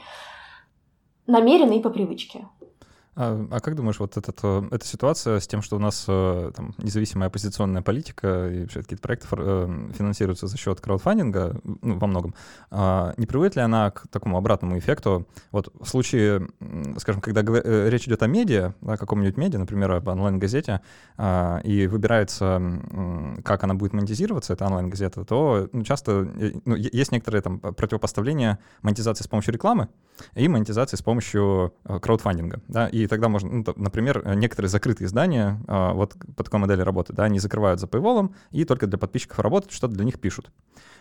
намеренно и по привычке. А, а как думаешь, вот этот, эта ситуация с тем, что у нас там, независимая оппозиционная политика и вообще какие-то проекты финансируются за счет краудфандинга, ну, во многом, не приводит ли она к такому обратному эффекту? Вот в случае, скажем, когда речь идет о медиа, о каком-нибудь медиа, например, об онлайн-газете, и выбирается, как она будет монетизироваться, эта онлайн-газета, то ну, часто ну, есть некоторые там противопоставления монетизации с помощью рекламы и монетизации с помощью краудфандинга, да, и тогда можно, ну, например, некоторые закрытые издания вот по такой модели работы, да, они закрывают за paywall и только для подписчиков работают, что-то для них пишут.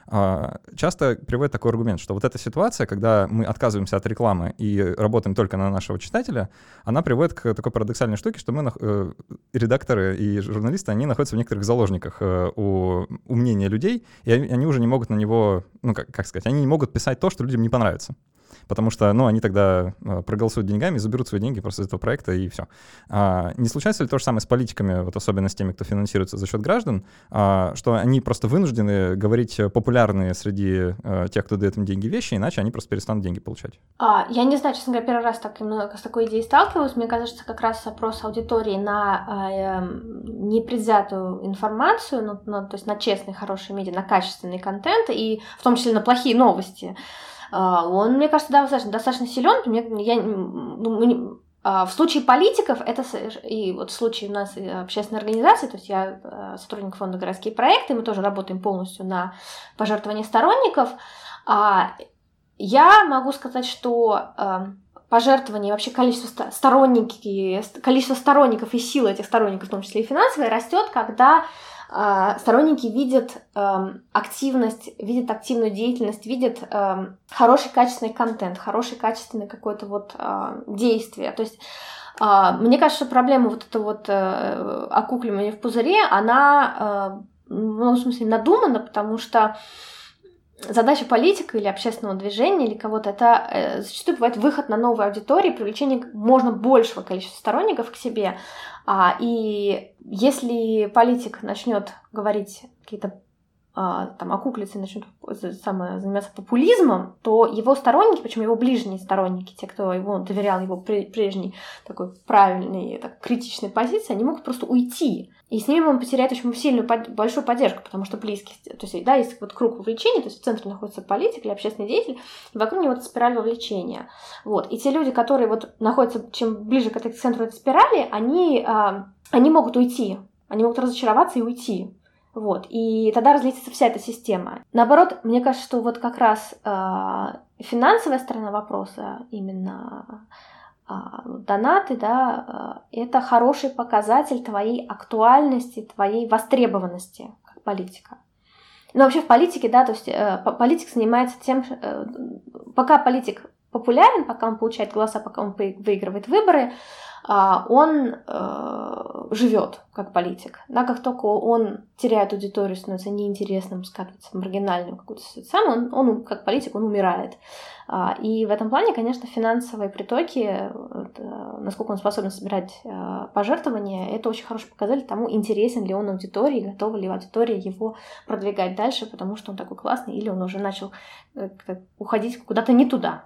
Часто приводит такой аргумент, что вот эта ситуация, когда мы отказываемся от рекламы и работаем только на нашего читателя, она приводит к такой парадоксальной штуке, что мы, редакторы и журналисты, они находятся в некоторых заложниках у, у мнения людей, и они уже не могут на него, ну, как, как сказать, они не могут писать то, что людям не понравится. Потому что, ну, они тогда проголосуют деньгами, заберут свои деньги просто из этого проекта, и все. А не случается ли то же самое с политиками, вот особенно с теми, кто финансируется за счет граждан, а, что они просто вынуждены говорить популярные среди а, тех, кто дает им деньги, вещи, иначе они просто перестанут деньги получать? А, я не знаю, честно говоря, первый раз так, именно с такой идеей сталкивалась. Мне кажется, как раз опрос аудитории на э, непредвзятую информацию, ну, ну, то есть на честный, хороший медиа, на качественный контент, и в том числе на плохие новости, он, мне кажется, достаточно, достаточно силен. Я, ну, в случае политиков, это и вот в случае у нас общественной организации, то есть я сотрудник фонда «Городские проекты», мы тоже работаем полностью на пожертвования сторонников. Я могу сказать, что пожертвования, вообще количество сторонников, количество сторонников и сила этих сторонников, в том числе и финансовая, растет, когда сторонники видят э, активность, видят активную деятельность, видят э, хороший качественный контент, хороший качественный какое-то вот э, действие. То есть э, мне кажется, что проблема вот это вот э, окукливания в пузыре, она э, ну, в смысле надумана, потому что задача политика или общественного движения или кого-то, это э, зачастую бывает выход на новую аудиторию, привлечение можно большего количества сторонников к себе. А, и если политик начнет говорить какие-то а, там окуклиться, начнет самое, заниматься популизмом, то его сторонники, причем его ближние сторонники, те, кто его доверял его прежней такой правильной, так, критичной позиции, они могут просто уйти. И с ними он потеряет очень сильную, большую поддержку, потому что близких, то есть, да, есть вот круг вовлечения, то есть в центре находится политик или общественный деятель, и вокруг него это спираль вовлечения. Вот. И те люди, которые вот находятся, чем ближе к, этой, к центру этой спирали, они, а, они могут уйти, они могут разочароваться и уйти. Вот. И тогда разлетится вся эта система. Наоборот, мне кажется, что вот как раз а, финансовая сторона вопроса, именно донаты, да, это хороший показатель твоей актуальности, твоей востребованности как политика. Ну, вообще в политике, да, то есть политик занимается тем, пока политик популярен, пока он получает голоса, пока он выигрывает выборы, он живет как политик. Да, как только он теряет аудиторию, становится неинтересным, скатывается в маргинальную какую-то сам, он, он как политик, он умирает. И в этом плане, конечно, финансовые притоки, это, насколько он способен собирать пожертвования, это очень хороший показатель тому, интересен ли он аудитории, готова ли аудитория его продвигать дальше, потому что он такой классный, или он уже начал уходить куда-то не туда.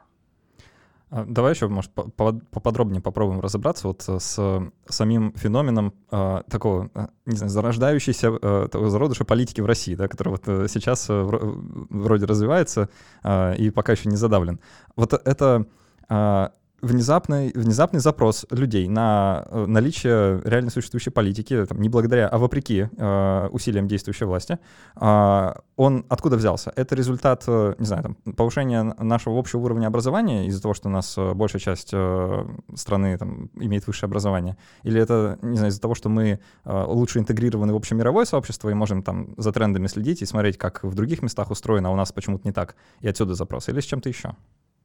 Давай еще, может, поподробнее попробуем разобраться вот с самим феноменом э, такого, не знаю, зарождающейся э, такого зародыша политики в России, да, который вот сейчас э, вроде развивается э, и пока еще не задавлен. Вот это э, внезапный, внезапный запрос людей на наличие реально существующей политики, там, не благодаря, а вопреки э, усилиям действующей власти, э, он откуда взялся? Это результат, э, не знаю, там, повышения нашего общего уровня образования из-за того, что у нас большая часть э, страны там, имеет высшее образование? Или это, не знаю, из-за того, что мы э, лучше интегрированы в общемировое сообщество и можем там за трендами следить и смотреть, как в других местах устроено, а у нас почему-то не так, и отсюда запрос? Или с чем-то еще?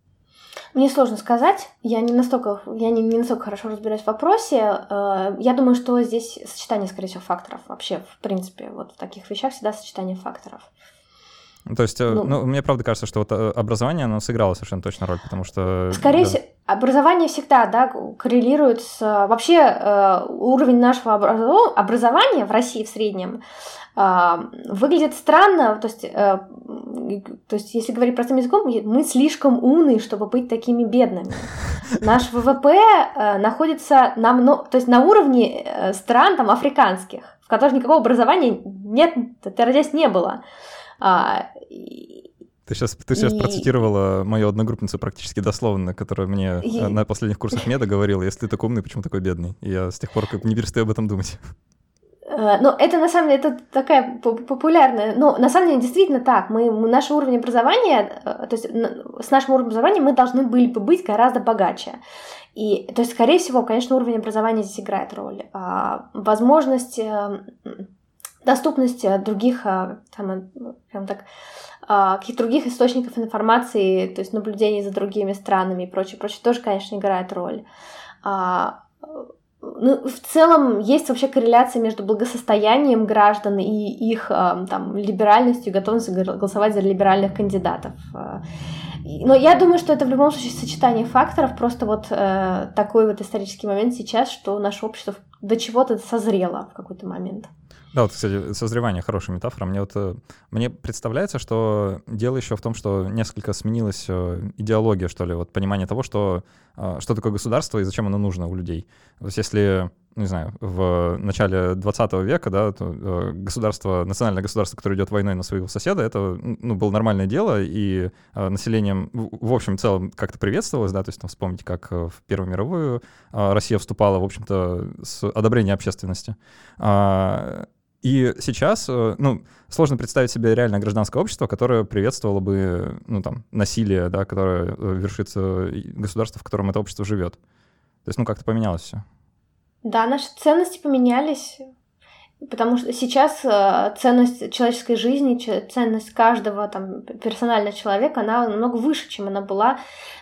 Мне сложно сказать, я не настолько, я не, не настолько хорошо разбираюсь в вопросе. Я думаю, что здесь сочетание, скорее всего, факторов. Вообще, в принципе, вот в таких вещах всегда сочетание факторов. То есть, ну, ну, мне правда кажется, что вот образование, оно сыграло совершенно точно роль, потому что... Скорее да. всего, образование всегда, да, коррелирует с... Вообще э, уровень нашего образов... образования в России в среднем э, выглядит странно, то есть, э, то есть, если говорить простым языком, мы слишком умные, чтобы быть такими бедными. Наш ВВП э, находится на, мно... то есть на уровне э, стран там, африканских, в которых никакого образования нет, отродясь не было. А, ты сейчас, ты сейчас и... процитировала мою одногруппницу практически дословно, которая мне и... на последних курсах меда говорила: если ты такой умный, почему такой бедный? И я с тех пор как не перестаю об этом думать. Ну, это на самом деле это такая популярная... Ну, на самом деле, действительно так. Мы, мы наш уровень образования, то есть с нашим уровнем образования мы должны были бы быть гораздо богаче. И, то есть, скорее всего, конечно, уровень образования здесь играет роль. А, возможность... доступность других, там, скажем так, каких-то других источников информации, то есть наблюдений за другими странами и прочее, прочее, тоже, конечно, играет роль. Ну, в целом есть вообще корреляция между благосостоянием граждан и их там, либеральностью, готовностью голосовать за либеральных кандидатов. Но я думаю, что это в любом случае сочетание факторов, просто вот э, такой вот исторический момент сейчас, что наше общество до чего-то созрело в какой-то момент. Да, вот, кстати, созревание — хорошая метафора. Мне вот мне представляется, что дело еще в том, что несколько сменилась идеология, что ли, вот понимание того, что, что такое государство и зачем оно нужно у людей. То есть если, не знаю, в начале двадцатого века, да, то государство, национальное государство, которое идет войной на своего соседа, это, ну, было нормальное дело, и населением в общем и целом как-то приветствовалось, да, то есть там, вспомните, как в Первую мировую Россия вступала, в общем-то, с одобрения общественности. И сейчас, ну, сложно представить себе реальное гражданское общество, которое приветствовало бы, ну, там, насилие, да, которое вершится государство, в котором это общество живет. То есть, ну, как-то поменялось все. Да, наши ценности поменялись, потому что сейчас ценность человеческой жизни, ценность каждого там подсознального человека, она намного выше, чем она была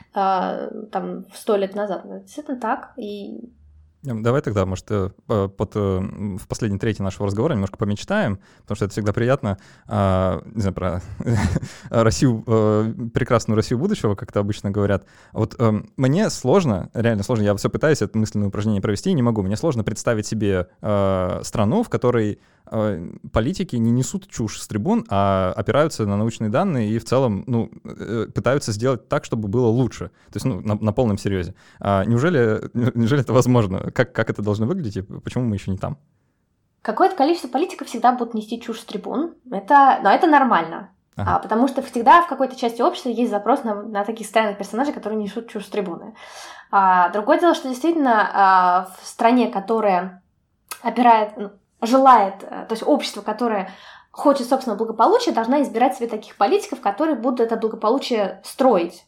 там сто лет назад. Это действительно так, и... Давай тогда, может, под, в последней трети нашего разговора немножко помечтаем, потому что это всегда приятно. Не знаю, про Россию, прекрасную Россию будущего, как это обычно говорят. Вот мне сложно, реально сложно, я все пытаюсь это мысленное упражнение провести и не могу. Мне сложно представить себе страну, в которой политики не несут чушь с трибун, а опираются на научные данные и в целом, ну, пытаются сделать так, чтобы было лучше. То есть, ну, на, на полном серьезе. А неужели, неужели это возможно? Как, как это должно выглядеть и почему мы еще не там? Какое-то количество политиков всегда будут нести чушь с трибун. Это, но это нормально. Ага. А, потому что всегда в какой-то части общества есть запрос на, на таких странных персонажей, которые несут чушь с трибуны. А, другое дело, что действительно а, в стране, которая опирает... желает, то есть общество, которое хочет собственного благополучия, должна избирать себе таких политиков, которые будут это благополучие строить.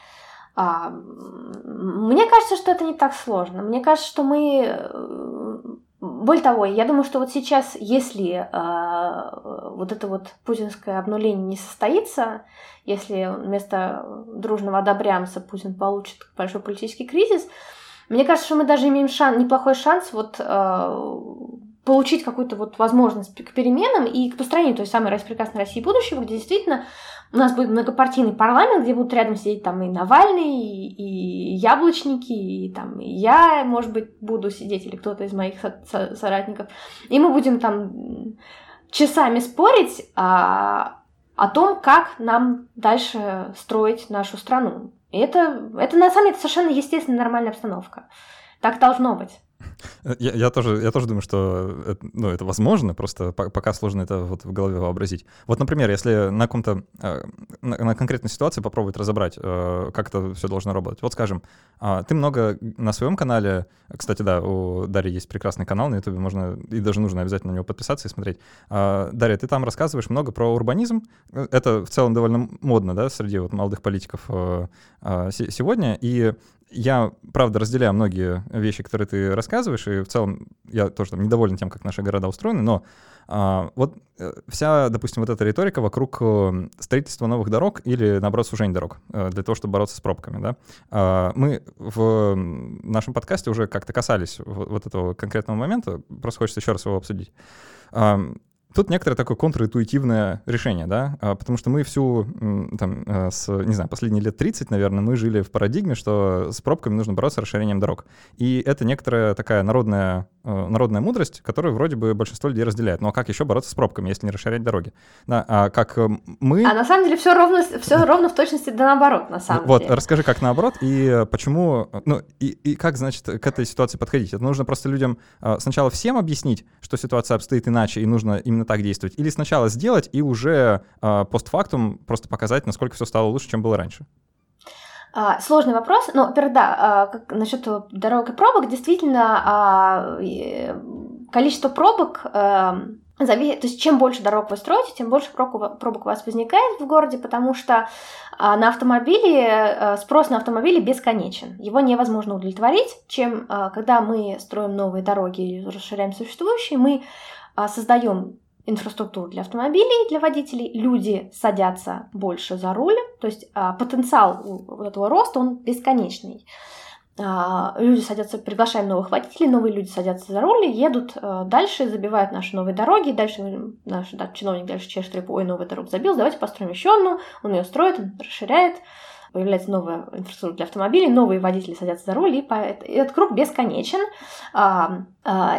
А, мне кажется, что это не так сложно. Мне кажется, что мы... Более того, я думаю, что вот сейчас, если а, вот это вот путинское обнуление не состоится, если вместо дружного одобрямца Путин получит большой политический кризис, мне кажется, что мы даже имеем шанс, неплохой шанс вот... А, получить какую-то вот возможность к переменам и к построению той самой прекрасной России будущего, где действительно у нас будет многопартийный парламент, где будут рядом сидеть там и Навальный, и, и Яблочники, и там и я, может быть, буду сидеть, или кто-то из моих со- со- соратников. И мы будем там часами спорить о, о том, как нам дальше строить нашу страну. И это, это на самом деле совершенно естественная нормальная обстановка. Так должно быть. Я, я, тоже, я тоже думаю, что это, ну, это возможно, просто пока сложно это вот в голове вообразить. Вот, например, если на каком-то, на, на конкретной ситуации попробовать разобрать, как это все должно работать. Вот, скажем, ты много на своем канале, кстати, да, у Дарьи есть прекрасный канал на YouTube, можно и даже нужно обязательно на него подписаться и смотреть. Дарья, ты там рассказываешь много про урбанизм. Это в целом довольно модно, да, среди вот молодых политиков сегодня, и я, правда, разделяю многие вещи, которые ты рассказываешь, и в целом я тоже там недоволен тем, как наши города устроены, но а, вот вся, допустим, вот эта риторика вокруг строительства новых дорог или, наоборот, сужения дорог для того, чтобы бороться с пробками, да, а, мы в нашем подкасте уже как-то касались вот, вот этого конкретного момента, просто хочется еще раз его обсудить. А, Тут некоторое такое контринтуитивное решение, да, потому что мы всю, там, с, не знаю, последние лет тридцать, наверное, мы жили в парадигме, что с пробками нужно бороться расширением дорог. И это некоторая такая народная, народная мудрость, которую вроде бы большинство людей разделяет. Ну а как еще бороться с пробками, если не расширять дороги? Да, а как мы... А на самом деле все ровно, все ровно в точности да наоборот, на самом вот, деле. Вот, расскажи, как наоборот, и почему, ну, и, и как, значит, к этой ситуации подходить? Это нужно просто людям сначала всем объяснить, что ситуация обстоит иначе, и нужно именно так действовать, или сначала сделать и уже э, постфактум просто показать, насколько все стало лучше, чем было раньше? А, сложный вопрос. Ну, во-первых, да, а, как, насчет дорог и пробок, действительно, а, и количество пробок а, зависит, то есть чем больше дорог вы строите, тем больше пробок, пробок у вас возникает в городе, потому что а, на автомобили, а, спрос на автомобили бесконечен. Его невозможно удовлетворить, чем а, когда мы строим новые дороги или расширяем существующие, мы а, создаем инфраструктуру для автомобилей, для водителей, люди садятся больше за руль, то есть а, потенциал вот этого роста, он бесконечный. А, люди садятся, приглашаем новых водителей, новые люди садятся за руль, едут а, дальше, забивают наши новые дороги, дальше наш да, чиновник дальше чешет репу, ой, новую дорогу забил, давайте построим еще одну, он ее строит, он расширяет, появляется новая инфраструктура для автомобилей, новые водители садятся за руль, и, по... и этот круг бесконечен. А, а,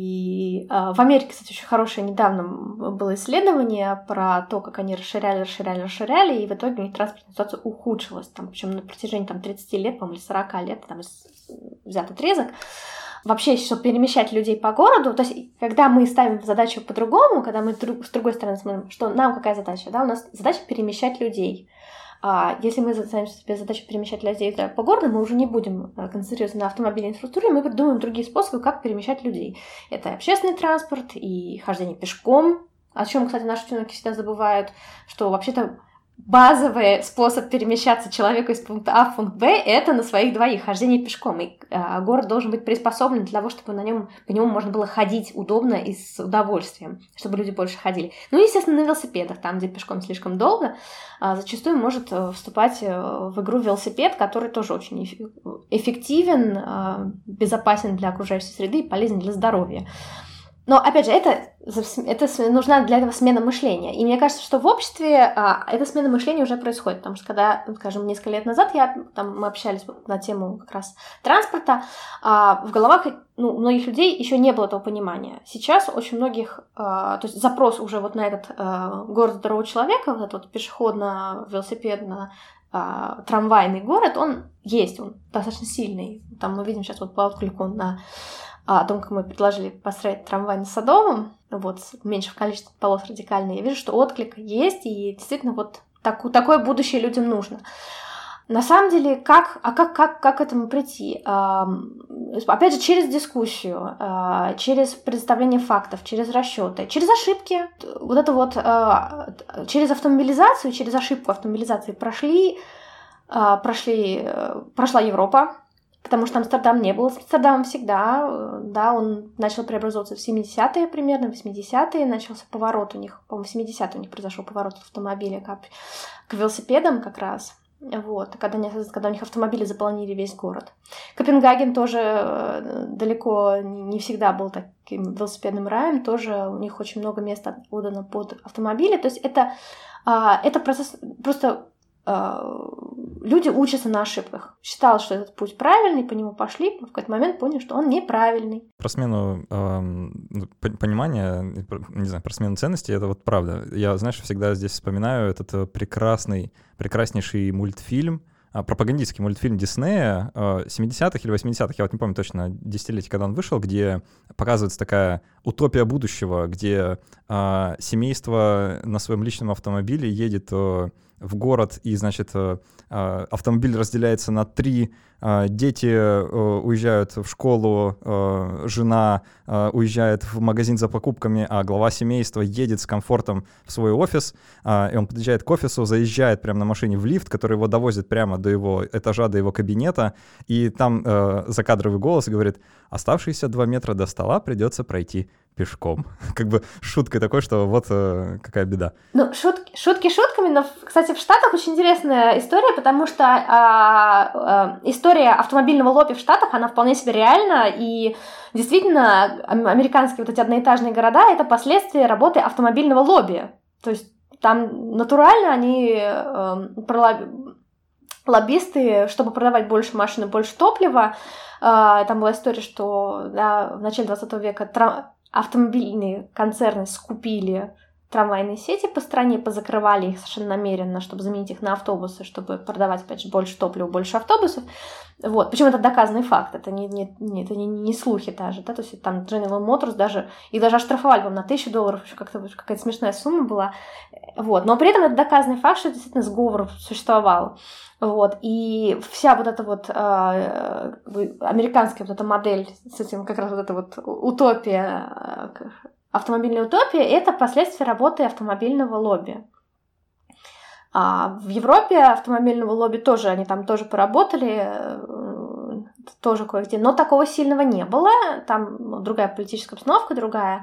и а, в Америке, кстати, очень хорошее недавно было исследование про то, как они расширяли, расширяли, расширяли, и в итоге у них транспортная ситуация ухудшилась. Там, причем на протяжении там, тридцать лет, по-моему, или сорок лет, там взят отрезок. Вообще, чтобы перемещать людей по городу, то есть, когда мы ставим задачу по-другому, когда мы с другой стороны смотрим, что нам какая задача, да, у нас задача перемещать людей. А если мы ставим себе задачу перемещать людей по городу, мы уже не будем концентрироваться на автомобильной инфраструктуре, мы придумаем другие способы, как перемещать людей. Это общественный транспорт и хождение пешком, о чем, кстати, наши чиновники всегда забывают, что вообще-то базовый способ перемещаться человеку из пункта А в пункт Б — это на своих двоих, хождение пешком. И а, город должен быть приспособлен для того, чтобы на нем, по нему можно было ходить удобно и с удовольствием, чтобы люди больше ходили. Ну и, естественно, на велосипедах, там, где пешком слишком долго, а, зачастую может вступать в игру велосипед, который тоже очень эффективен, а, безопасен для окружающей среды и полезен для здоровья. Но, опять же, это, это нужна для этого смена мышления. И мне кажется, что в обществе а, эта смена мышления уже происходит. Потому что когда, скажем, несколько лет назад я, там, мы общались на тему как раз транспорта, а, в головах ну, у многих людей еще не было этого понимания. Сейчас очень многих, а, то есть запрос уже вот на этот а, город здорового человека, вот этот вот пешеходно-велосипедно а, трамвайный город, он есть, он достаточно сильный. Там мы видим сейчас вот по отклику на о том, как мы предложили построить трамвай на Садовом, вот, с меньшим количеством полос радикально, я вижу, что отклик есть, и действительно вот так, такое будущее людям нужно. На самом деле, как, а как, как, как к этому прийти? Опять же, через дискуссию, через представление фактов, через расчеты, через ошибки. Вот это вот через автомобилизацию, через ошибку автомобилизации прошли, прошли, прошла Европа. Потому что Амстердам не был Амстердамом всегда, да, он начал преобразовываться в семидесятые примерно, в восьмидесятые, начался поворот у них, по-моему, в семидесятые у них произошел поворот автомобиля к, к велосипедам как раз, вот, когда, они, когда у них автомобили заполнили весь город. Копенгаген тоже далеко не всегда был таким велосипедным раем, тоже у них очень много места отдано под автомобили, то есть это, это процесс просто... Люди учатся на ошибках. Считалось, что этот путь правильный, по нему пошли, но в какой-то момент поняли, что он неправильный. Про смену э, понимания, не знаю, про смену ценностей, это вот правда. Я, знаешь, всегда здесь вспоминаю этот прекрасный, прекраснейший мультфильм, пропагандистский мультфильм Диснея семидесятых или восьмидесятых, я вот не помню точно десятилетие, когда он вышел, где показывается такая утопия будущего, где э, семейство на своем личном автомобиле едет э, в город, и, значит, э, автомобиль разделяется на три, э, дети э, уезжают в школу, э, жена э, уезжает в магазин за покупками, а глава семейства едет с комфортом в свой офис, э, и он подъезжает к офису, заезжает прямо на машине в лифт, который его довозит прямо до его этажа, до его кабинета, и там э, закадровый голос говорит: оставшиеся два метра до стола придется пройти пешком. Как бы шуткой такой, что вот э, какая беда. Ну, шутки, шутки шутками, но, кстати, в Штатах очень интересная история, потому что а, а, история автомобильного лобби в Штатах, она вполне себе реальна, и действительно американские вот эти одноэтажные города — это последствия работы автомобильного лобби. То есть там натурально они э, пролоб... лоббисты, чтобы продавать больше машин и больше топлива. Э, там была история, что да, в начале двадцатого века тра... автомобильные концерны скупили трамвайные сети по стране, позакрывали их совершенно намеренно, чтобы заменить их на автобусы, чтобы продавать, опять же, больше топлива, больше автобусов. Вот. Причем это доказанный факт, это не, не, не, это не, не слухи даже, да, то есть там General Motors даже, и даже оштрафовали, по-моему, на тысячу долларов, еще как-то какая-то смешная сумма была. Вот. Но при этом это доказанный факт, что действительно сговор существовал. Вот. И вся вот эта вот э, американская вот эта модель с этим, как раз вот эта вот утопия, автомобильная утопия, это последствия работы автомобильного лобби. А в Европе автомобильного лобби тоже, они там тоже поработали, тоже кое-где, но такого сильного не было, там другая политическая обстановка, другая,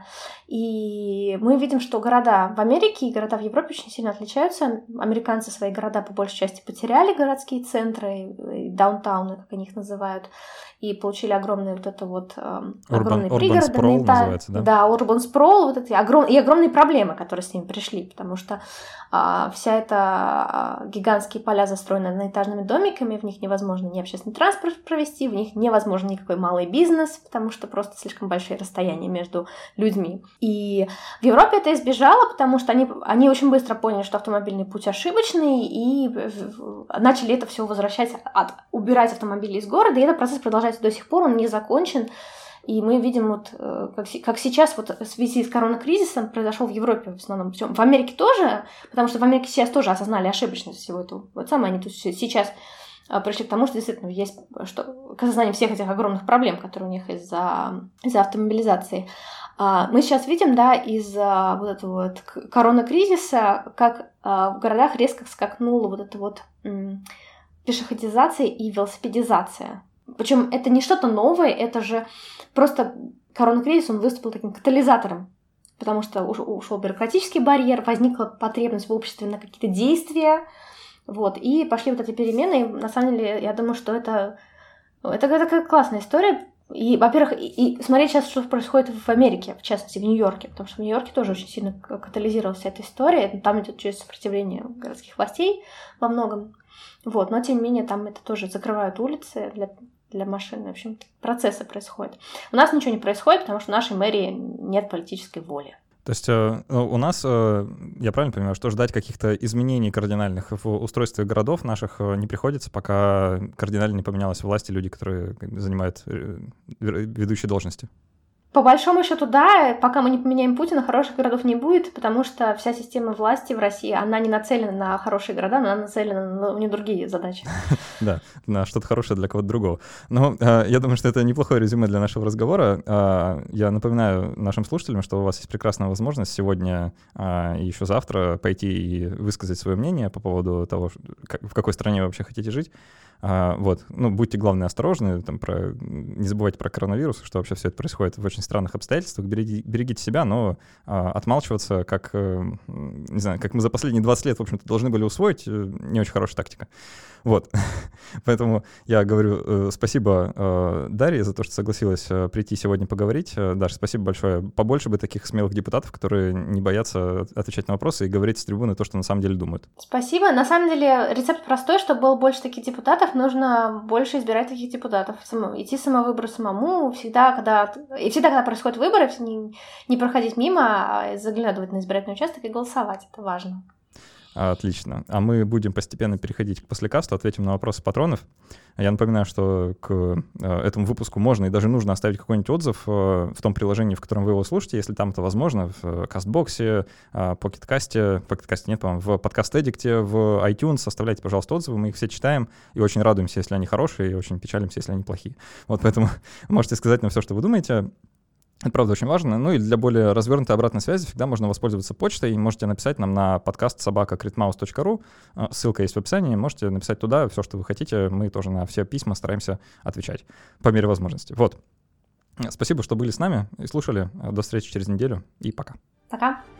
и мы видим, что города в Америке и города в Европе очень сильно отличаются. Американцы свои города по большей части потеряли, городские центры, даунтауны, как они их называют, и получили огромные вот это вот э, огромные Urban, пригороды. Urban sprawl называется, да? Да, urban sprawl, вот эти огром... и огромные проблемы, которые с ними пришли, потому что э, вся эта э, гигантские поля застроены одноэтажными домиками, в них невозможно ни общественный транспорт провести, в них невозможно никакой малый бизнес, потому что просто слишком большие расстояния между людьми. И в Европе это избежало, потому что они, они очень быстро поняли, что автомобильный путь ошибочный, и начали это все возвращать, от, убирать автомобили из города, и этот процесс продолжается до сих пор, он не закончен. И мы видим, вот, как, как сейчас вот в связи с коронакризисом произошел в Европе в основном, причем в Америке тоже, потому что в Америке сейчас тоже осознали ошибочность всего этого. Вот самое они тут сейчас пришли к тому, что действительно есть что, к осознанию всех этих огромных проблем, которые у них из-за, из-за автомобилизации. Мы сейчас видим, да, из-за вот этого вот коронакризиса, как в городах резко скакнула вот эта вот пешеходизация и велосипедизация. Причем это не что-то новое, это же просто коронакризис, он выступил таким катализатором, потому что ушел бюрократический барьер, возникла потребность в обществе на какие-то действия, вот, и пошли вот эти перемены, и на самом деле я думаю, что это, это, это такая классная история. И, во-первых, и, и смотреть сейчас, что происходит в Америке, в частности, в Нью-Йорке, потому что в Нью-Йорке тоже очень сильно катализировалась вся эта история, там идет через сопротивление городских властей во многом, вот, но тем не менее там это тоже закрывают улицы для, для машин, в общем, процессы происходят. У нас ничего не происходит, потому что в нашей мэрии нет политической воли. То есть э, у нас, э, я правильно понимаю, что ждать каких-то изменений кардинальных в устройстве городов наших не приходится, пока кардинально не поменялась власть и люди, которые занимают э, ведущие должности? По большому счету, да, пока мы не поменяем Путина, хороших городов не будет, потому что вся система власти в России, она не нацелена на хорошие города, она нацелена на у нее другие задачи. Да, на что-то хорошее для кого-то другого. Но я думаю, что это неплохое резюме для нашего разговора. Я напоминаю нашим слушателям, что у вас есть прекрасная возможность сегодня и еще завтра пойти и высказать свое мнение по поводу того, в какой стране вы вообще хотите жить. А, вот, ну, будьте, главное, осторожны, там, про, не забывайте про коронавирус, что вообще все это происходит в очень странных обстоятельствах, береги, берегите себя, но а, отмалчиваться, как, а, не знаю, как мы за последние двадцать лет, в общем-то, должны были усвоить, не очень хорошая тактика. Вот, поэтому я говорю э, спасибо э, Дарье за то, что согласилась э, прийти сегодня поговорить. Э, Даша, спасибо большое. Побольше бы таких смелых депутатов, которые не боятся отвечать на вопросы и говорить с трибуны то, что на самом деле думают. Спасибо. На самом деле рецепт простой, чтобы было больше таких депутатов, нужно больше избирать таких депутатов. Само, идти самовыбор самому, всегда, когда... И всегда, когда происходят выборы, не, не проходить мимо, а заглядывать на избирательный участок и голосовать. Это важно. Отлично. А мы будем постепенно переходить к послекасту, ответим на вопросы патронов. Я напоминаю, что к этому выпуску можно и даже нужно оставить какой-нибудь отзыв в том приложении, в котором вы его слушаете, если там это возможно, в Кастбоксе, Покеткасте, Покеткасте нет, по-моему, в Подкаст Эдикте, в iTunes. Оставляйте, пожалуйста, отзывы, мы их все читаем и очень радуемся, если они хорошие, и очень печалимся, если они плохие. Вот поэтому можете сказать нам все, что вы думаете. Это, правда, очень важно. Ну и для более развернутой обратной связи всегда можно воспользоваться почтой. Можете написать нам на подкаст собака критмаус точка ру. Ссылка есть в описании. Можете написать туда все, что вы хотите. Мы тоже на все письма стараемся отвечать по мере возможности. Вот. Спасибо, что были с нами и слушали. До встречи через неделю и пока. Пока.